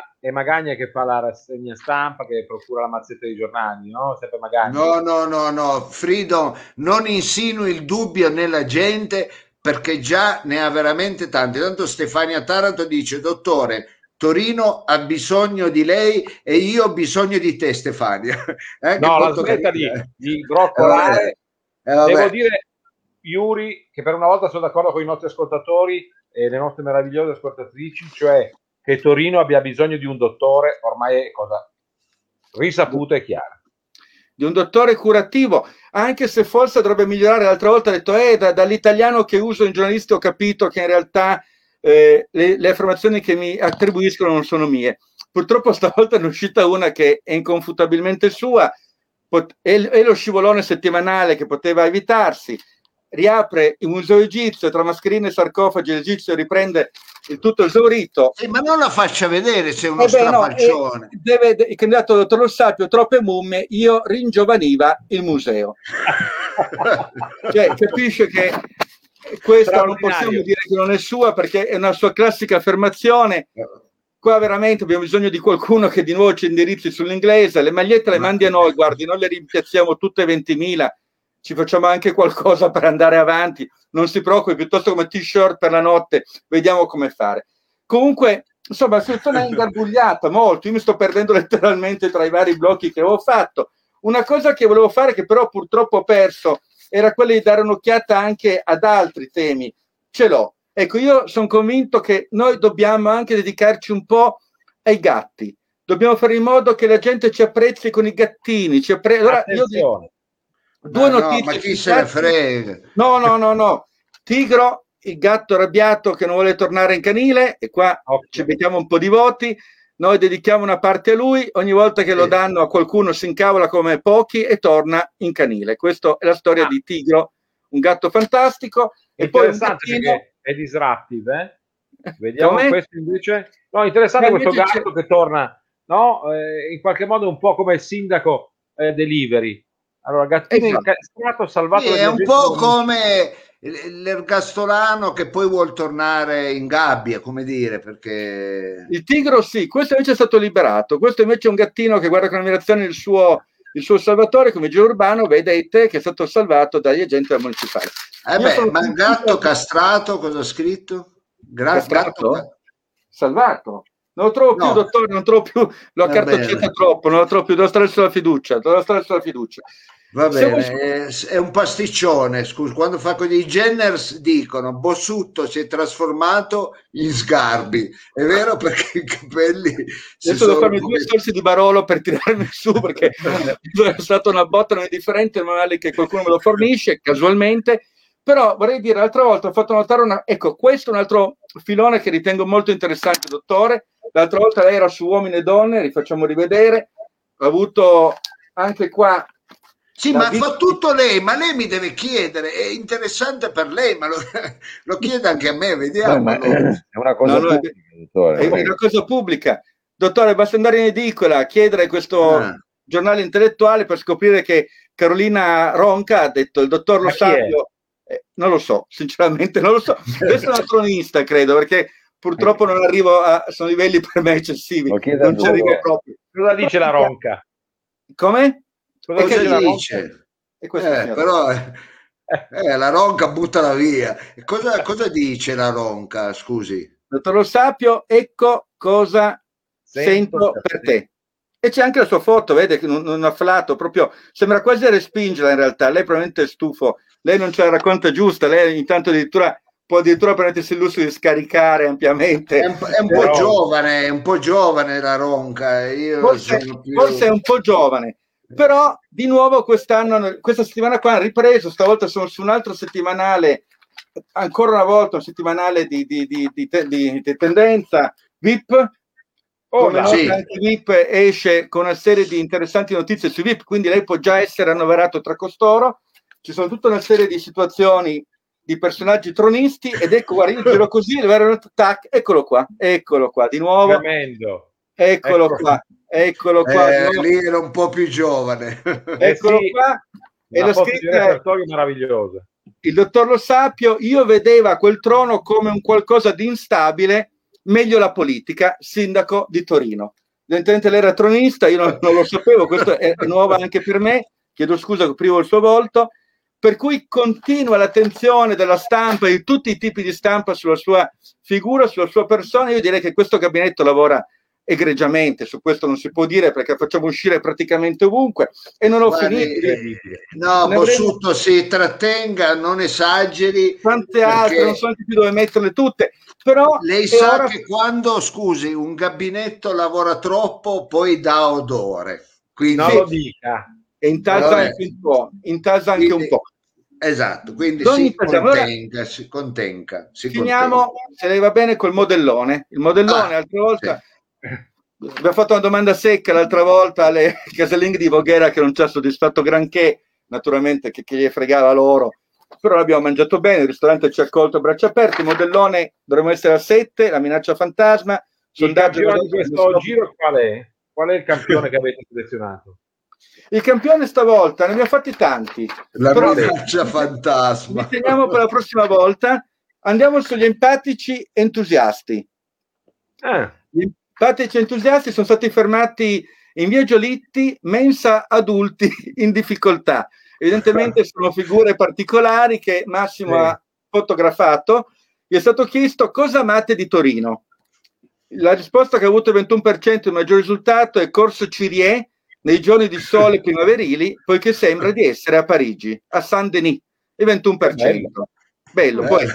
che fa la rassegna stampa, che procura la mazzetta dei giornali, no? Sempre Magagna. No, Frido, non insinui il dubbio nella gente, perché già ne ha veramente tanti. Tanto Stefania Taranto dice: dottore, Torino ha bisogno di lei e io ho bisogno di te, Stefania. No, la smetta di broccolare. Devo dire, Yuri, che per una volta sono d'accordo con i nostri ascoltatori e le nostre meravigliose ascoltatrici, cioè che Torino abbia bisogno di un dottore, ormai è cosa risaputa e chiara. Di un dottore curativo, anche se forse dovrebbe migliorare. L'altra volta ha detto, dall'italiano che uso in giornalisti ho capito che in realtà le affermazioni che mi attribuiscono non sono mie. Purtroppo stavolta è uscita una che è inconfutabilmente sua, è lo scivolone settimanale che poteva evitarsi. Riapre il museo egizio, tra mascherine e sarcofagi l'egizio riprende il tutto esaurito. Ma non la faccia vedere, se è uno strafalcione. Il candidato dottor Lo Sapio, troppe mummie, io ringiovaniva il museo. Cioè, capisce che questa non possiamo dire che non è sua, perché è una sua classica affermazione. Qua veramente abbiamo bisogno di qualcuno che di nuovo ci indirizzi sull'inglese. Le magliette le mandi a noi, guardi, noi le rimpiazziamo tutte 20.000. Ci facciamo anche qualcosa per andare avanti, non si preoccupi, piuttosto come t-shirt per la notte, vediamo come fare. Comunque, insomma, la situazione è ingarbugliata molto, io mi sto perdendo letteralmente tra i vari blocchi che avevo fatto. Una cosa che volevo fare, che però purtroppo ho perso, era quella di dare un'occhiata anche ad altri temi. Ce l'ho. Ecco, io sono convinto che noi dobbiamo anche dedicarci un po' ai gatti. Dobbiamo fare in modo che la gente ci apprezzi con i gattini. Allora, io due notizie. Ma chi se ne frega? No. Tigro, il gatto arrabbiato che non vuole tornare in canile, e qua ci mettiamo un po' di voti. Noi dedichiamo una parte a lui, ogni volta che lo danno a qualcuno si incavola come pochi e torna in canile. Questa è la storia di Tigro, un gatto fantastico. E poi un gattino... perché è disruptive, Vediamo questo invece. No, interessante questo gatto che torna, no? In qualche modo un po' come il sindaco Delivery. Allora, gattino incastrato, salvato. Sì, è un po' come l'ergastolano che poi vuol tornare in gabbia, come dire, perché... Il tigro sì, questo invece è stato liberato. Questo invece è un gattino che guarda con ammirazione il suo salvatore, come giro urbano, vedete, che è stato salvato dagli agenti municipali. Ma il gatto castrato, cosa ha scritto? Castrato? Salvato. Non lo trovo più, dottore, non trovo più, l'ho cartocciata troppo, non lo trovo più, devo stare sulla fiducia. Va bene, è un pasticcione, scusa, quando fa con i Jenners dicono Bossutto si è trasformato in Sgarbi, è vero, perché i capelli... Adesso devo farmi 2 sorsi di Barolo per tirarmi su, perché è stata una botta non indifferente, male che qualcuno me lo fornisce, casualmente. Però vorrei dire, l'altra volta ho fatto notare ecco, questo è un altro filone che ritengo molto interessante, dottore. L'altra volta lei era su Uomini e Donne, rifacciamo rivedere, ho avuto anche qua... Sì, ma fa tutto lei, ma lei mi deve chiedere, è interessante per lei, ma lo chiede anche a me, vediamo. È una cosa pubblica, dottore. È una cosa pubblica. Dottore, basta andare in edicola, chiedere questo giornale intellettuale per scoprire che Carolina Ronca ha detto il dottor Lo Sapio... non lo so, sinceramente non lo so. Questo è una cronista, credo, perché purtroppo non arrivo sono livelli per me eccessivi, non ci arrivo proprio. Cosa dice la Ronca? Come? Cosa dice? Però la Ronca buttala via. Cosa dice la Ronca, scusi? Dottor Lo Sapio, ecco cosa sento per te. E c'è anche la sua foto, vede che non ha afflato, proprio sembra quasi respingerla in realtà. Lei probabilmente è stufo, lei non ce la racconta giusta, lei ogni tanto può addirittura prendersi il lusso di scaricare ampiamente. È un po' giovane la Ronca. Forse è un po' giovane, però di nuovo questa settimana qua ha ripreso, stavolta sono su un altro settimanale, ancora una volta un settimanale di tendenza, VIP. Anche VIP esce con una serie di interessanti notizie su VIP, quindi lei può già essere annoverato tra costoro. Ci sono tutta una serie di situazioni di personaggi tronisti ed ecco, guarda, io giro così, tac, eccolo qua, di nuovo. Tremendo. Eccolo qua. Lì era un po' più giovane. Eccolo qua. E la scritta meravigliosa. Il dottor Lo Sapio, io vedeva quel trono come un qualcosa di instabile, meglio la politica, sindaco di Torino. Evidentemente lei era tronista, io non lo sapevo, questo è nuovo anche per me, chiedo scusa che privo il suo volto, per cui continua l'attenzione della stampa, di tutti i tipi di stampa sulla sua figura, sulla sua persona. Io direi che questo gabinetto lavora egregiamente, su questo non si può dire perché facciamo uscire praticamente ovunque e non ho finito. No, Bossuto, si trattenga, non esageri. Tante altre, non so anche più dove metterle tutte. Però lei sa che quando, scusi, un gabinetto lavora troppo poi dà odore. Quindi non lo dica. E intasa anche un po'. Esatto, quindi si contenga. Finiamo, se lei va bene, col modellone. Il modellone, l'altra volta abbiamo fatto una domanda secca l'altra volta alle casalinghe di Voghera che non ci ha soddisfatto granché, naturalmente che gli fregava loro, però l'abbiamo mangiato bene, il ristorante ci ha accolto a braccia aperte. Il modellone dovremmo essere a 7, la minaccia fantasma. Il campione di questo giro qual è? Qual è il campione che avete selezionato? Il campione stavolta, ne abbiamo fatti tanti. La minaccia fantasma. Li teniamo per la prossima volta. Andiamo sugli empatici entusiasti. Gli empatici entusiasti sono stati fermati in via Giolitti, mensa adulti in difficoltà. Evidentemente sono figure particolari che Massimo ha fotografato. Gli è stato chiesto cosa amate di Torino. La risposta che ha avuto il 21%, il maggior risultato, è Corso Cirie nei giorni di sole primaverili, poiché sembra di essere a Parigi, a Saint-Denis, il 21%. Bello. Poi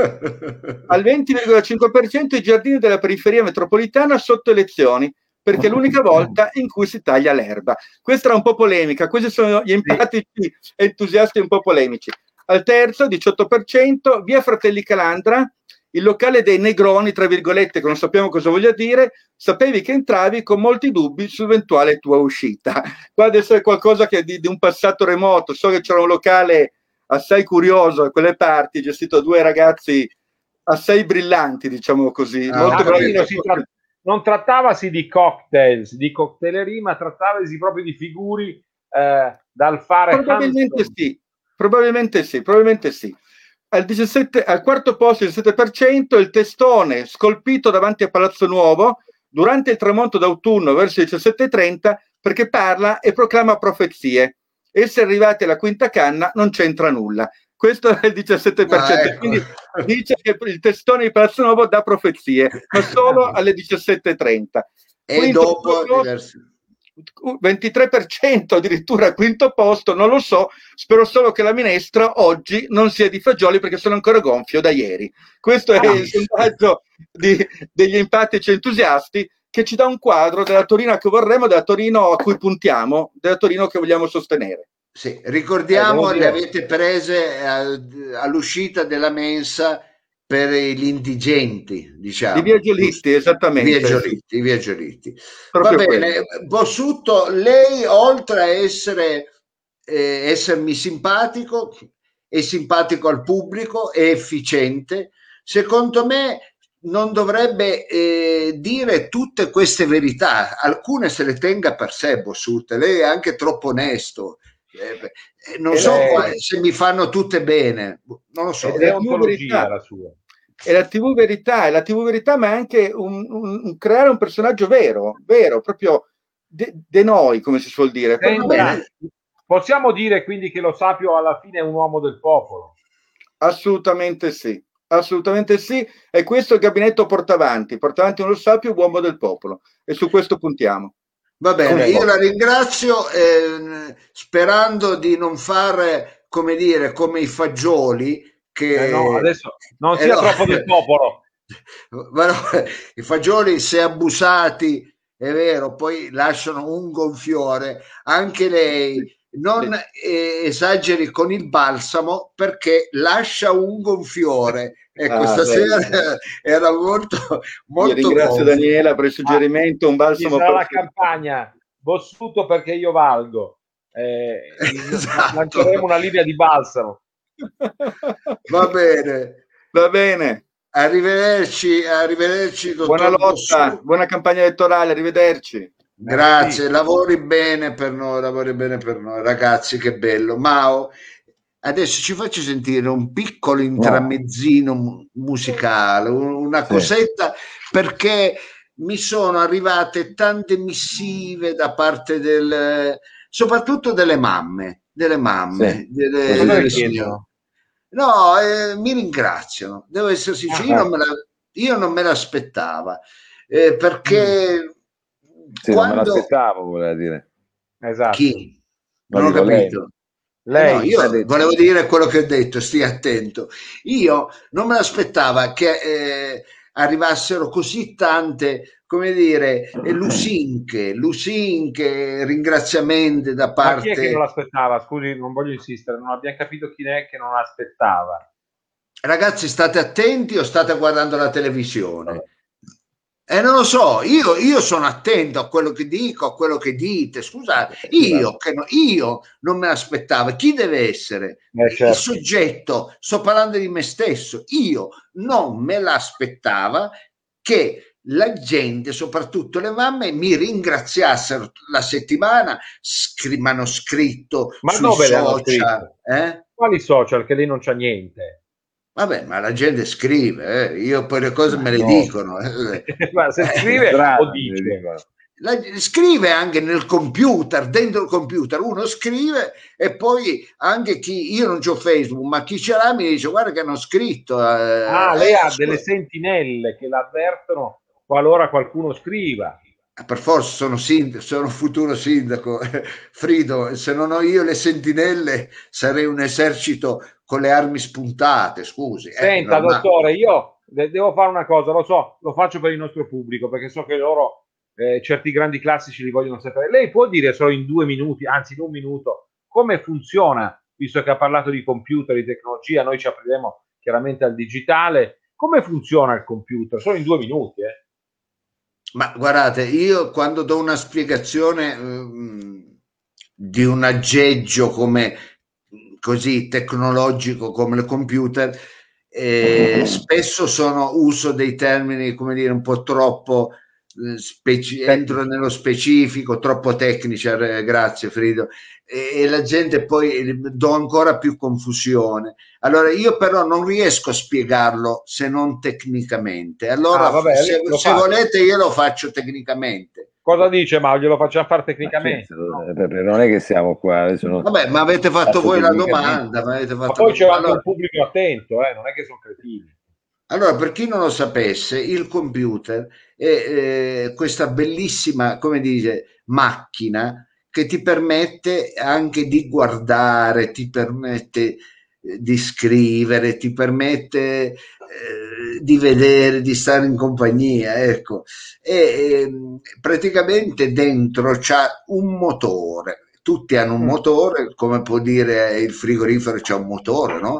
al 20,5% i giardini della periferia metropolitana sotto elezioni, perché è l'unica volta in cui si taglia l'erba. Questa era un po' polemica, questi sono gli empatici entusiasti un po' polemici. Al terzo, 18%, via Fratelli Calandra, il locale dei negroni, tra virgolette, che non sappiamo cosa voglia dire, sapevi che entravi con molti dubbi sull'eventuale tua uscita. Qua adesso è qualcosa che di un passato remoto. So che c'era un locale assai curioso a quelle parti, gestito da due ragazzi assai brillanti, diciamo così. Non trattavasi di cocktails, di cocktailerie, ma trattavasi proprio di figuri dal fare. Probabilmente sì. Al quarto posto, il 7%, il testone scolpito davanti a Palazzo Nuovo durante il tramonto d'autunno verso il 17:30, perché parla e proclama profezie. Essere arrivati alla quinta canna non c'entra nulla. Questo è il 17%. Ecco. Quindi dice che il testone di Palazzo Nuovo dà profezie, ma solo alle 17:30. E dopo 23% addirittura quinto posto, non lo so, spero solo che la minestra oggi non sia di fagioli perché sono ancora gonfio da ieri. Questo è il sondaggio degli empatici entusiasti, che ci dà un quadro della Torino che vorremmo, della Torino a cui puntiamo, della Torino che vogliamo sostenere. Sì, ricordiamo, le avete prese all'uscita della mensa per gli indigenti, diciamo. Di via Giolitti, esattamente. Via Giolitti. Va bene, Bossuto, lei oltre a essermi simpatico, è simpatico al pubblico, è efficiente, secondo me non dovrebbe dire tutte queste verità, alcune se le tenga per sé, Bossuto, lei è anche troppo onesto. Non so se mi fanno tutte bene, non lo so. È deontologia la sua. è la TV verità, ma è anche creare un personaggio vero, proprio de noi, come si suol dire. Possiamo dire quindi che Lo Sapio alla fine è un uomo del popolo? Assolutamente sì, e questo il gabinetto porta avanti Lo Sapio, uomo del popolo, e su questo puntiamo. Va bene, io la ringrazio, sperando di non fare, come dire, come i fagioli che... no, adesso non sia troppo del popolo. Ma no, i fagioli, se abusati, è vero, poi lasciano un gonfiore. Anche lei non esageri con il balsamo, perché lascia un gonfiore. Ecco, stasera era molto io ringrazio Daniela per il suggerimento. Un balsamo sarà la campagna bossuto perché io valgo. Esatto. Lanceremo una linea di balsamo. Va bene. Arrivederci, dottor Buona lotta, Bossuto. buona campagna elettorale, arrivederci. Grazie, lavori bene per noi, ragazzi, che bello. Mao, adesso ci faccio sentire un piccolo intramezzino musicale, una cosetta, perché mi sono arrivate tante missive da parte soprattutto delle mamme, delle signore. No, mi ringraziano, devo essere sincero, io non me l'aspettava, perché non me l'aspettavo, voleva dire. Esatto. Chi? Non ho capito. Lei. No, io volevo dire quello che ho detto, stia attento. Io non me l'aspettava che arrivassero così tante, come dire, lusinche, ringraziamenti da parte... Ma chi è che non l'aspettava? Scusi, non voglio insistere, non abbiamo capito chi è che non l'aspettava. Ragazzi, state attenti o state guardando la televisione? Non lo so, io sono attento a quello che dico, a quello che dite. Scusate, io non me l'aspettavo. Chi deve essere il soggetto? Sto parlando di me stesso. Io non me l'aspettava che la gente, soprattutto le mamme, mi ringraziassero la settimana. Mi hanno scritto sui social. Quali social? Che lei non c'ha niente. Vabbè, ma la gente scrive, io poi le cose me le dicono. Ma se scrive o dice? Scrive anche nel computer, dentro il computer, uno scrive, e poi anche io non c'ho Facebook, ma chi ce l'ha mi dice: guarda che hanno scritto. Lei ha delle sentinelle che l'avvertono qualora qualcuno scriva. Per forza sono futuro sindaco, Frido, se non ho io le sentinelle sarei un esercito con le armi spuntate, scusi. Senta, dottore, io devo fare una cosa, lo so, lo faccio per il nostro pubblico, perché so che loro certi grandi classici li vogliono sapere. Lei può dire solo in 2 minuti, anzi in 1 minuto, come funziona, visto che ha parlato di computer, di tecnologia, noi ci apriremo chiaramente al digitale, come funziona il computer? Solo in 2 minuti, Ma guardate, io quando do una spiegazione di un aggeggio così tecnologico come il computer, spesso uso dei termini, come dire, un po' troppo entro nello specifico, troppo tecnici, grazie Frido, e la gente poi do ancora più confusione. Allora io però non riesco a spiegarlo se non tecnicamente. Allora se volete io lo faccio tecnicamente. Cosa dice Mauro? Glielo facciamo fare tecnicamente? Non è che siamo qua. Vabbè, ma avete fatto voi la domanda. Ma poi c'è anche un pubblico attento, non è che sono cretini. Allora, per chi non lo sapesse, il computer è questa bellissima, come dice, macchina che ti permette anche di guardare, ti permette di scrivere, ti permette di vedere, di stare in compagnia, ecco. E praticamente dentro c'ha un motore. Tutti hanno un motore, come può dire il frigorifero c'ha un motore, no?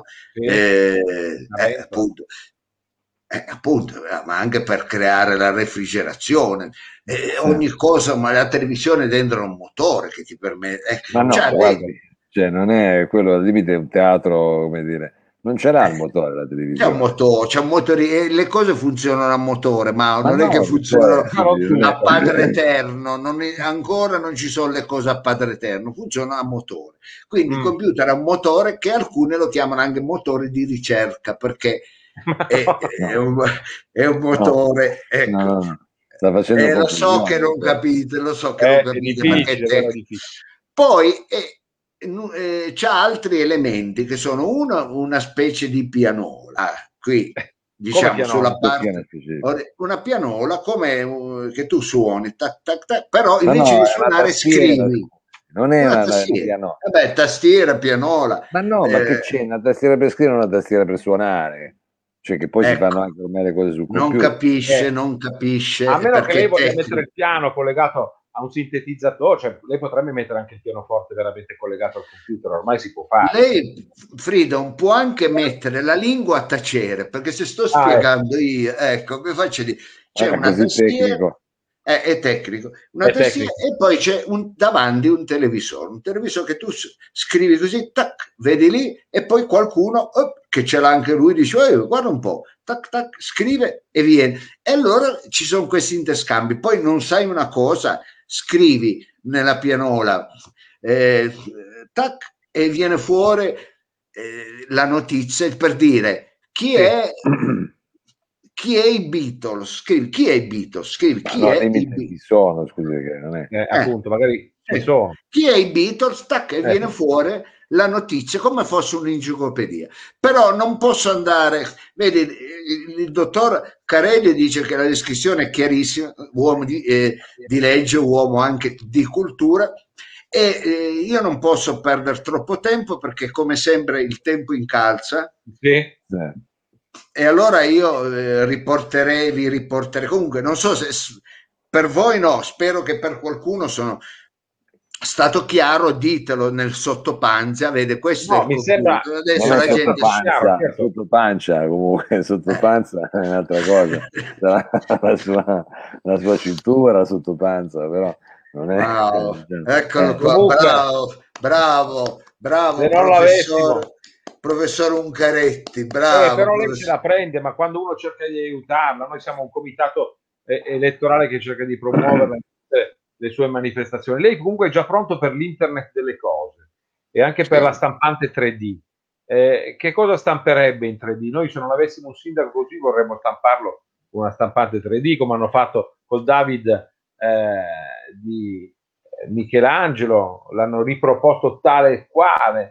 Appunto. Appunto, ma anche per creare la refrigerazione, ogni cosa, ma la televisione dentro un motore che ti permette. Ma no, cioè, non è quello, al limite è un teatro, come dire, non ce l'ha il motore la televisione. C'è un motore, le cose funzionano a motore, ma non è che funzionano a padre eterno, ancora non ci sono le cose a padre eterno, funzionano a motore. Quindi il computer ha un motore che alcuni lo chiamano anche motore di ricerca, perché è un motore, ecco. No. Sta facendo Lo so che non capite, lo so che non capite, perché è difficile. poi c'ha altri elementi che sono una specie di pianola qui, diciamo, sulla parte, una pianola come che tu suoni, tac, tac, tac, però invece di suonare scrivi. Non è una pianola. Vabbè, tastiera, pianola. Ma no, ma che c'è? Una tastiera per scrivere e una tastiera per suonare? Cioè che poi si fanno anche ormai le cose sul computer. Non capisce. A meno che lei voglia mettere il piano collegato a un sintetizzatore, cioè lei potrebbe mettere anche il pianoforte veramente collegato al computer, ormai si può fare. Lei, Freedom, può anche mettere la lingua a tacere, perché se sto spiegando io, ecco, vi faccio dire, c'è una tastiera, è tecnico, una tastiera, e poi c'è davanti un televisore che tu scrivi così, tac, vedi lì, e poi qualcuno che ce l'ha anche lui dice, guarda un po', tac, tac, scrive e viene. E allora ci sono questi interscambi. Poi non sai una cosa, scrivi nella pianola, tac, e viene fuori la notizia per dire chi è i Beatles, scrivi chi è i Beatles, scrivi chi è i Beatles. Chi sono, scusi, che non è. Appunto, magari chi sono. Chi è i Beatles, tac, e viene fuori la notizia come fosse un'enciclopedia. Però non posso andare, vedi, il dottor Carelli dice che la descrizione è chiarissima, uomo di legge, uomo anche di cultura, e io non posso perdere troppo tempo perché come sempre il tempo incalza. Sì. E allora io vi riporterei comunque, non so se per voi no, spero che per qualcuno sono stato chiaro, ditelo nel sottopancia, vede, questo è il mi sembra adesso la gente sottopancia, comunque sottopanza è un'altra cosa, la sua cintura, la sottopanza, però non è eccolo qua, bravo professor Ungaretti, bravo. Però lei ce la prende, ma quando uno cerca di aiutarla, noi siamo un comitato elettorale che cerca di promuovere le sue manifestazioni. Lei comunque è già pronto per l'internet delle cose e anche per la stampante 3D. Che cosa stamperebbe in 3D? Noi se non avessimo un sindaco così vorremmo stamparlo con una stampante 3D come hanno fatto col David di Michelangelo, l'hanno riproposto tale e quale.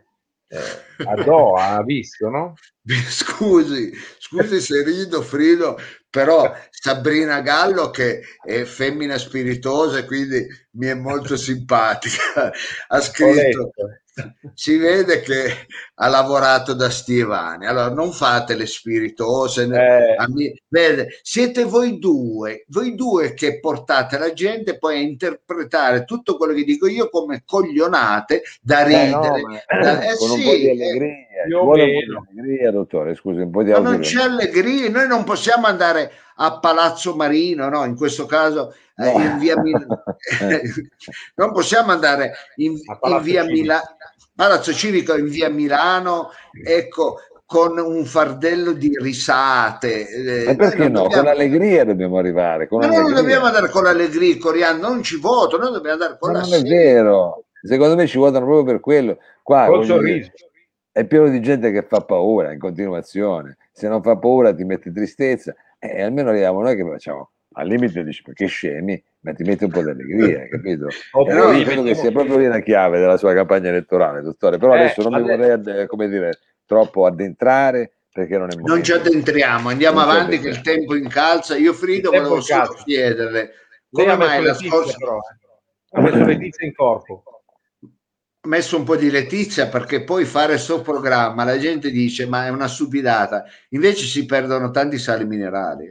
Ha visto, no? Scusi se rido, Frido, però Sabrina Gallo, che è femmina spiritosa e quindi mi è molto simpatica, ha scritto, si vede che ha lavorato da Stivani. Allora non fate le spiritose, vede, siete voi due che portate la gente poi a interpretare tutto quello che dico io come coglionate da ridere, con un po' di allegria. Allegria, dottore, scusi, un po' di non c'è allegria, noi non possiamo andare a Palazzo Marino, no, in questo caso in via Milano, non possiamo andare in via Milano, Palazzo Civico in via Milano, ecco, con un fardello di risate. Ma perché no? Con l'allegria dobbiamo arrivare. Non dobbiamo andare con l'allegria, il coriandolo, non ci voto, noi dobbiamo andare con la non è vero, secondo me ci votano proprio per quello. Qua è pieno di gente che fa paura in continuazione, se non fa paura ti mette tristezza, e almeno arriviamo noi che facciamo, al limite dici perché scemi, ma ti metti un po' di allegria, capito? Io credo che sia proprio lì la chiave della sua campagna elettorale, dottore, però adesso non mi vorrei, come dire, troppo addentrare, perché non è non ci addentriamo, andiamo avanti che il tempo incalza. Io Frido volevo solo chiederle come mai la scorsa ha messo Letizia in corpo, messo un po' di Letizia, perché poi fare sto programma la gente dice ma è una stupidata, invece si perdono tanti sali minerali.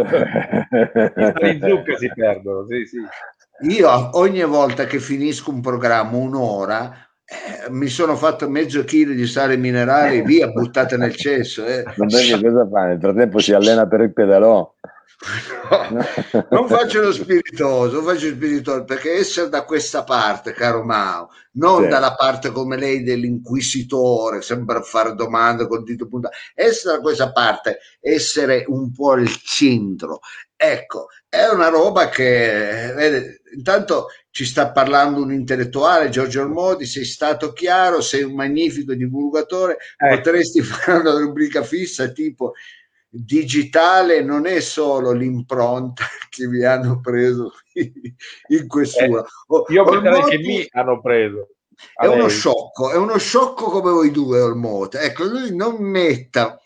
I zucche si perdono, sì. Io ogni volta che finisco un programma un'ora mi sono fatto mezzo chilo di sale minerali via, buttate nel cesso. Non vedi cosa fa? Nel frattempo si allena per il pedalò. No, non faccio lo spiritoso, perché essere da questa parte, caro Mao, non dalla parte come lei dell'inquisitore, sempre a fare domande col dito puntato, essere da questa parte, essere un po' il centro, ecco, è una roba che, vede, intanto ci sta parlando un intellettuale, Giorgio Ormodi, sei stato chiaro, sei un magnifico divulgatore, potresti fare una rubrica fissa tipo digitale non è solo l'impronta che vi hanno preso in questura. Io penserei che mi hanno preso. È uno sciocco come voi due, Olmote. Ecco, lui non metta.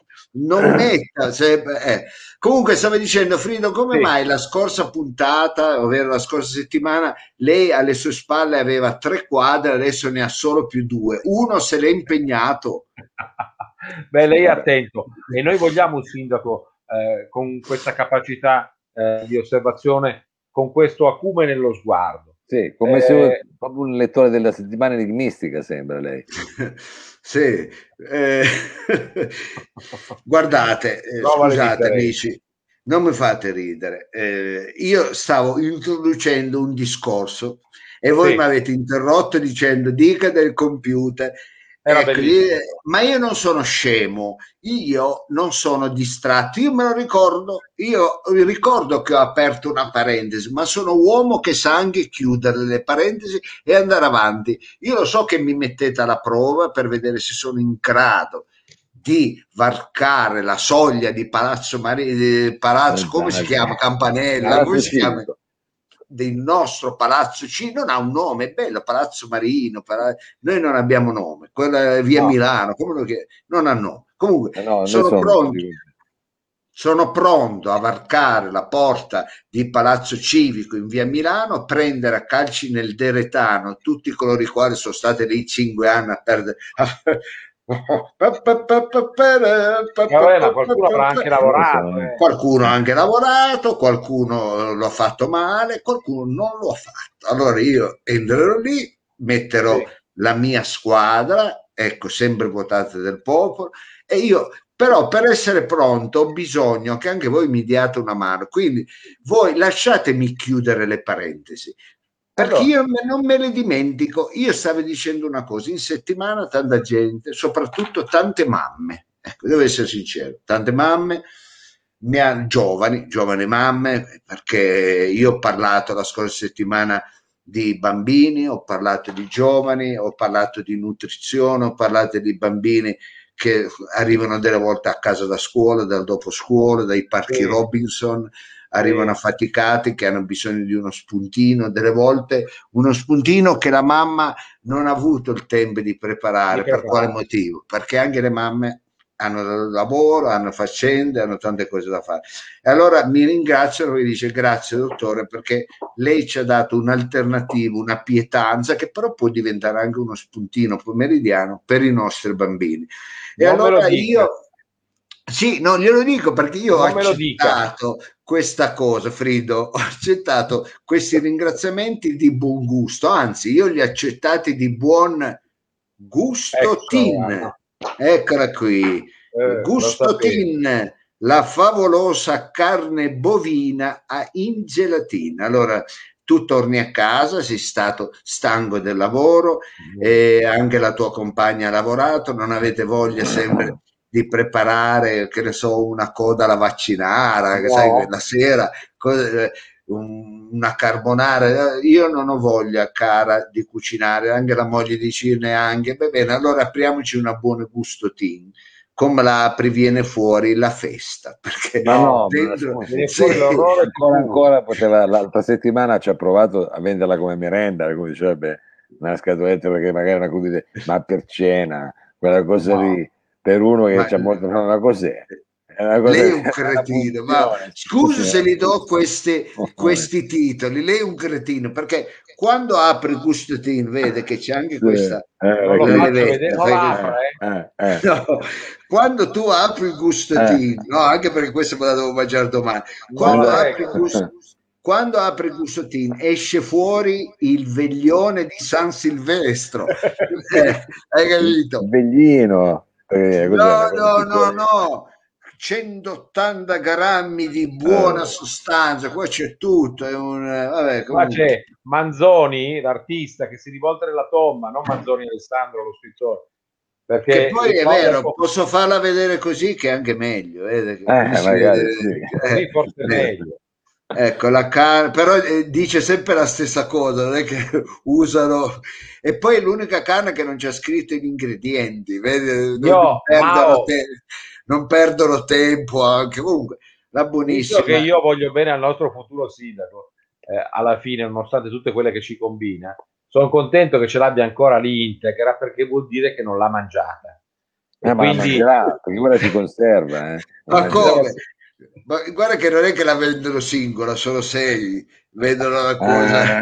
Comunque stavo dicendo, Frido, come mai la scorsa puntata, ovvero la scorsa settimana, lei alle sue spalle aveva 3 quadre, adesso ne ha solo più 2. Uno se l'è impegnato. Beh, lei è attento, e noi vogliamo un sindaco con questa capacità di osservazione, con questo acume nello sguardo. Sì, come se proprio un lettore della settimana enigmistica sembra lei. Sì, guardate, scusate amici, non mi fate ridere. Io stavo introducendo un discorso e voi mi avete interrotto dicendo dica del computer. Ecco, ma io non sono scemo, io non sono distratto, io me lo ricordo, io ricordo che ho aperto una parentesi, ma sono uomo che sa anche chiudere le parentesi e andare avanti. Io lo so che mi mettete alla prova per vedere se sono in grado di varcare la soglia di Palazzo come si chiama? Campanella, come si chiama? Del nostro Palazzo C, non ha un nome, è bello, Palazzo Marino, noi non abbiamo nome, quella è via Milano, non ha nome. Comunque sono pronto a varcare la porta di Palazzo Civico in via Milano, prendere a calci nel deretano tutti coloro i quali sono stati lì 5 anni a perdere. Ma qualcuno avrà anche lavorato. Qualcuno ha anche lavorato, qualcuno lo ha fatto male, qualcuno non lo ha fatto. Allora io entrerò lì, metterò la mia squadra, ecco, sempre votata del popolo, e io però per essere pronto ho bisogno che anche voi mi diate una mano, quindi voi lasciatemi chiudere le parentesi. Perché io non me le dimentico. Io stavo dicendo una cosa, in settimana tanta gente, soprattutto tante mamme, ecco, devo essere sincero, tante mamme, giovani mamme, perché io ho parlato la scorsa settimana di bambini, ho parlato di giovani, ho parlato di nutrizione, ho parlato di bambini che arrivano delle volte a casa da scuola, dal dopo scuola, dai parchi Robinson, arrivano affaticati, che hanno bisogno di uno spuntino, delle volte uno spuntino che la mamma non ha avuto il tempo di preparare. Per quale motivo? Perché anche le mamme hanno lavoro, hanno faccende, hanno tante cose da fare. E allora mi ringraziano e dice grazie dottore, perché lei ci ha dato un'alternativa, una pietanza che però può diventare anche uno spuntino pomeridiano per i nostri bambini. E non allora io sì, no, glielo dico perché io ho accettato questa cosa, Frido, ho accettato questi ringraziamenti di buon gusto, anzi io li ho accettati di buon gusto. Eccola qui, gusto tin, la favolosa carne bovina in gelatina. Allora tu torni a casa, sei stato stanco del lavoro, e anche la tua compagna ha lavorato, non avete voglia sempre di preparare, che ne so, una coda alla vaccinara, sai, la sera, una carbonara. Io non ho voglia, cara, di cucinare, anche la moglie dice neanche. Bene, allora apriamoci una buona gustotin. Come la apri viene fuori la festa, perché dentro, ancora poteva, l'altra settimana ci ha provato a venderla come merenda, come dicerebbe, una scatoletta, perché magari una crudite, ma per cena, quella cosa lì, per uno che c'ha molto, una cos'è? Lei è un cretino, ma scusa se gli do questi titoli, lei è un cretino, perché quando apre Gustotin vede che c'è anche questa quando tu apri Gustotin, no, anche perché questo me la devo mangiare domani, quando apri Gustotin esce fuori il veglione di San Silvestro. Hai capito? Il veglino. No, 180 grammi di buona sostanza, qua c'è tutto. Qua c'è Manzoni, l'artista, che si rivolta nella tomba, non Manzoni Alessandro, lo scrittore. Perché che poi è vero, posso farla vedere così, che è anche meglio. Magari, sì, forse è meglio. Ecco, però dice sempre la stessa cosa, non è che usano, e poi è l'unica carne che non c'è scritto gli ingredienti, vedi? non perdono tempo anche. Comunque, la Visto buonissima. che io voglio bene al nostro futuro sindaco, alla fine, nonostante tutte quelle che ci combina, sono contento che ce l'abbia ancora lì integra, perché vuol dire che non l'ha mangiata. Ma mangerà, perché quella si conserva. Ma come? Ma guarda che non è che la vendono singola, sono 6, vendono la cosa.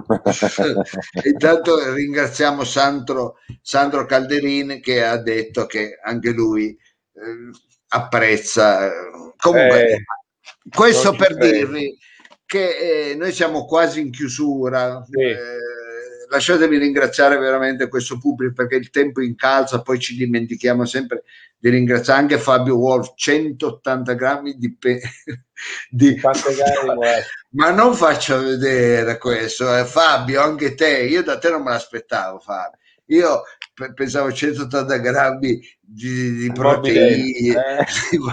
Intanto ringraziamo Sandro Calderin, che ha detto che anche lui apprezza. Comunque, questo per dirvi che noi siamo quasi in chiusura. Sì. Lasciatemi ringraziare veramente questo pubblico, perché il tempo incalza, poi ci dimentichiamo sempre di ringraziare anche Fabio Wolf, 180 grammi di ma non faccio vedere questo, Fabio, anche te, io da te non me l'aspettavo, Fabio. Io pensavo 180 grammi di proteine.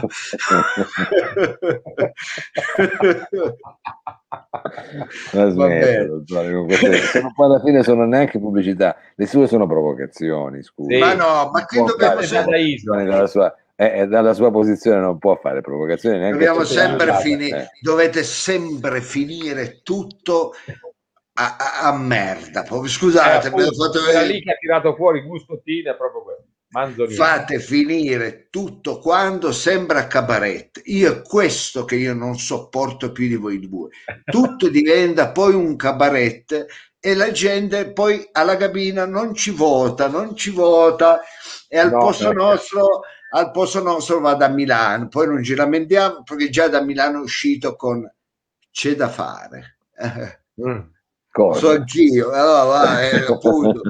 Alla fine sono neanche pubblicità, le sue sono provocazioni, scusa. Ma no, ma qui dobbiamo dalla sua posizione non può fare provocazioni neanche. Dobbiamo sempre dovete sempre finire tutto a merda. Scusate, me l'ho fatto vedere. Lì che ha tirato fuori Gustottini è proprio quello. Manzolini. Fate finire tutto quando sembra cabaret. Io è questo che io non sopporto più di voi due. Tutto diventa poi un cabaret e la gente poi alla cabina non ci vota e al posto nostro vado a Milano. Poi non ci lamentiamo perché già da Milano è uscito con c'è da fare. So anch'io, appunto.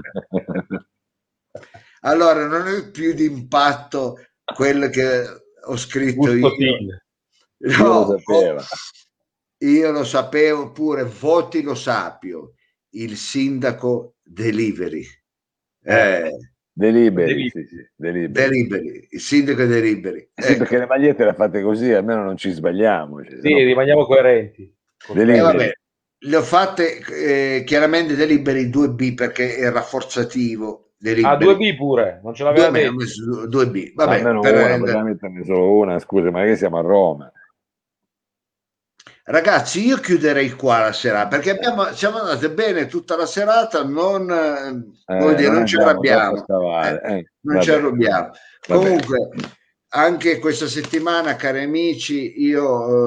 Allora non è più di impatto quello che ho scritto io. No, io lo sapevo pure, voti Lo Sapio, il sindaco Deliberi. Deliberi, il sindaco Deliberi. Sì, perché le magliette le fate così, almeno non ci sbagliamo. Sì, rimaniamo coerenti. Vabbè, le ho fatte chiaramente Deliberi 2B perché è rafforzativo. Deliberi. 2B pure, non ce l'aveva detto. 2B, vabbè, almeno potevamo metterne solo una, scusa, ma che siamo a Roma. Ragazzi, io chiuderei qua la serata perché siamo andati bene tutta la serata, non ci arrabbiamo. Non ci arrabbiamo. Comunque, anche questa settimana, cari amici, io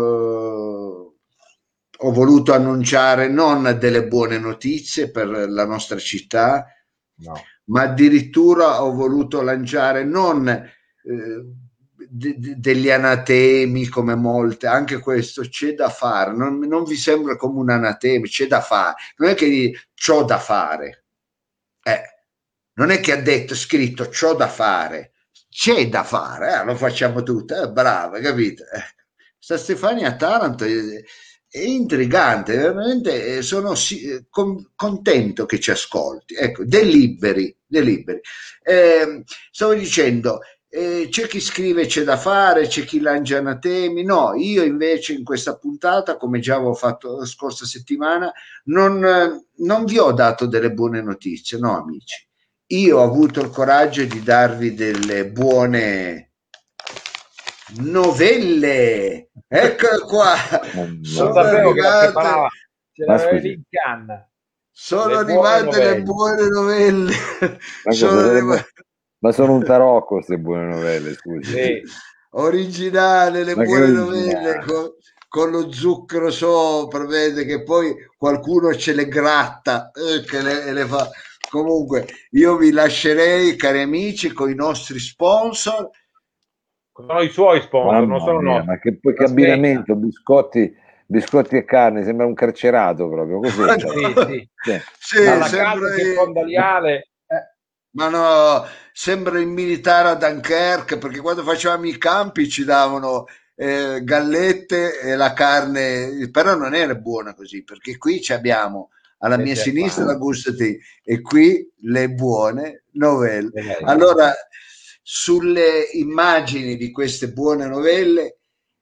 ho voluto annunciare non delle buone notizie per la nostra città, ma addirittura ho voluto lanciare non degli anatemi come molte, anche questo c'è da fare, non vi sembra come un anatema, c'è da fare, non è che c'ho da fare, non è che ha detto, scritto c'ho da fare, c'è da fare, lo facciamo tutto, brava, capite? Sta Stefania a Taranto è intrigante, veramente sono contento che ci ascolti. Ecco, Deliberi. Stavo dicendo, c'è chi scrive c'è da fare, c'è chi lancia anatemi. No, io invece in questa puntata, come già avevo fatto la scorsa settimana, non vi ho dato delle buone notizie, no amici. Io ho avuto il coraggio di darvi delle buone novelle. Eccola qua. Sono arrivate, ce l'avevi in canna. Sono arrivate le buone novelle. Ma sono un tarocco queste buone novelle, scusi. Sì. Originale, le buone novelle con lo zucchero sopra, vede che poi qualcuno ce le gratta, che le fa. Comunque io vi lascerei, cari amici, con i nostri sponsor. Sono i suoi sponsor, non sono nostri. Ma che poi che abbinamento, biscotti e carne, sembra un carcerato proprio così. Sì, dalla casa circondariale. Ma no, sembra il militare a Dunkerque, perché quando facevamo i campi ci davano gallette e la carne, però non era buona così, perché qui abbiamo alla mia sinistra la Gustottini e qui le buone novelle. Allora, sulle immagini di queste buone novelle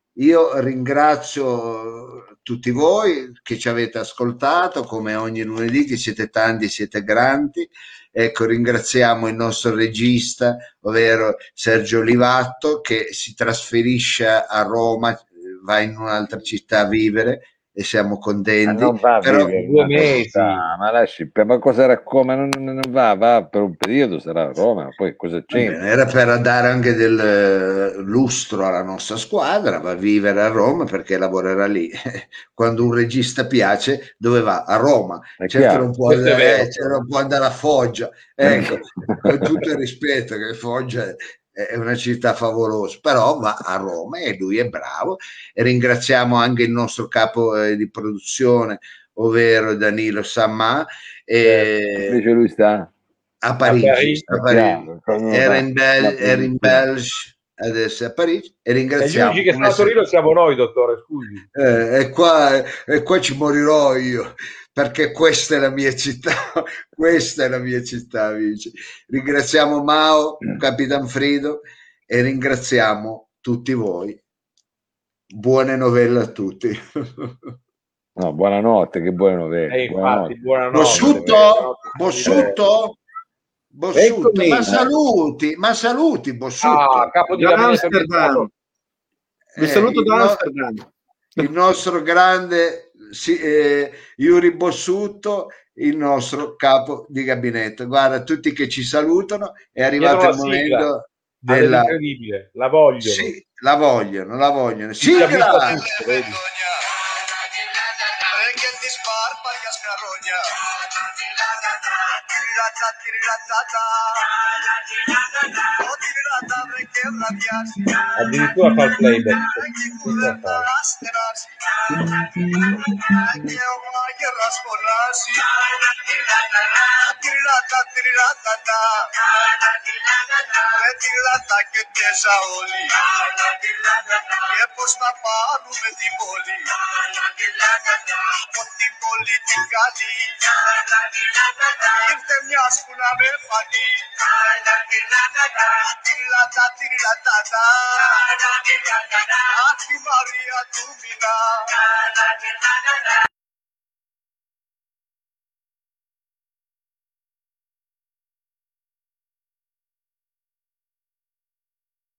io ringrazio tutti voi che ci avete ascoltato, come ogni lunedì, che siete tanti, siete grandi. Ecco, ringraziamo il nostro regista, ovvero Sergio Livatto, che si trasferisce a Roma, va in un'altra città a vivere e siamo Ma contenti. non va a Però vivere in 2 un'altra mesi. città, ma lasci, ma cosa ma non va per un periodo, sarà a Roma, poi cosa c'entra? era per dare anche del lustro alla nostra squadra, va a vivere a Roma perché lavorerà lì. Quando un regista piace, dove va? A Roma. È Certo chiaro. non può, Questo è vero. non può andare a Foggia, ecco, con tutto il rispetto che Foggia è una città favolosa, però va a Roma e lui è bravo. E ringraziamo anche il nostro capo di produzione, ovvero Danilo Samma. Invece lui sta A A Parigi, Parigi. a Parigi. chiaro, ognuno fa la Era in produzione. Belgio, adesso è a Parigi e E gli unici ringraziamo che sta a Torino siamo noi, dottore, scusi. e qua ci morirò io perché questa è la mia città, questa è la mia città, amici. Ringraziamo Mao, Capitan Frido e ringraziamo tutti voi. Buone novelle a tutti. No, buonanotte, che buone novelle, Infatti, buonanotte. buonanotte. Bossuto? Buonanotte. Bossuto? Bossuto, Eccomi ma saluti, Ah, Bossuto. capo di da gabinetto Amsterdam. ambientato. Vi saluto Il, da no- Amsterdam. il nostro grande Yuri Bossutto, il nostro capo di gabinetto. Guarda, tutti che ci salutano, è Chiedono arrivato la il sigla momento della... all'Incredibile, la vogliono. Sì, la vogliono, la vogliono. Ci ha visto Sigla! tutto, vedi? Addirittura fa il playback. Cosa fai?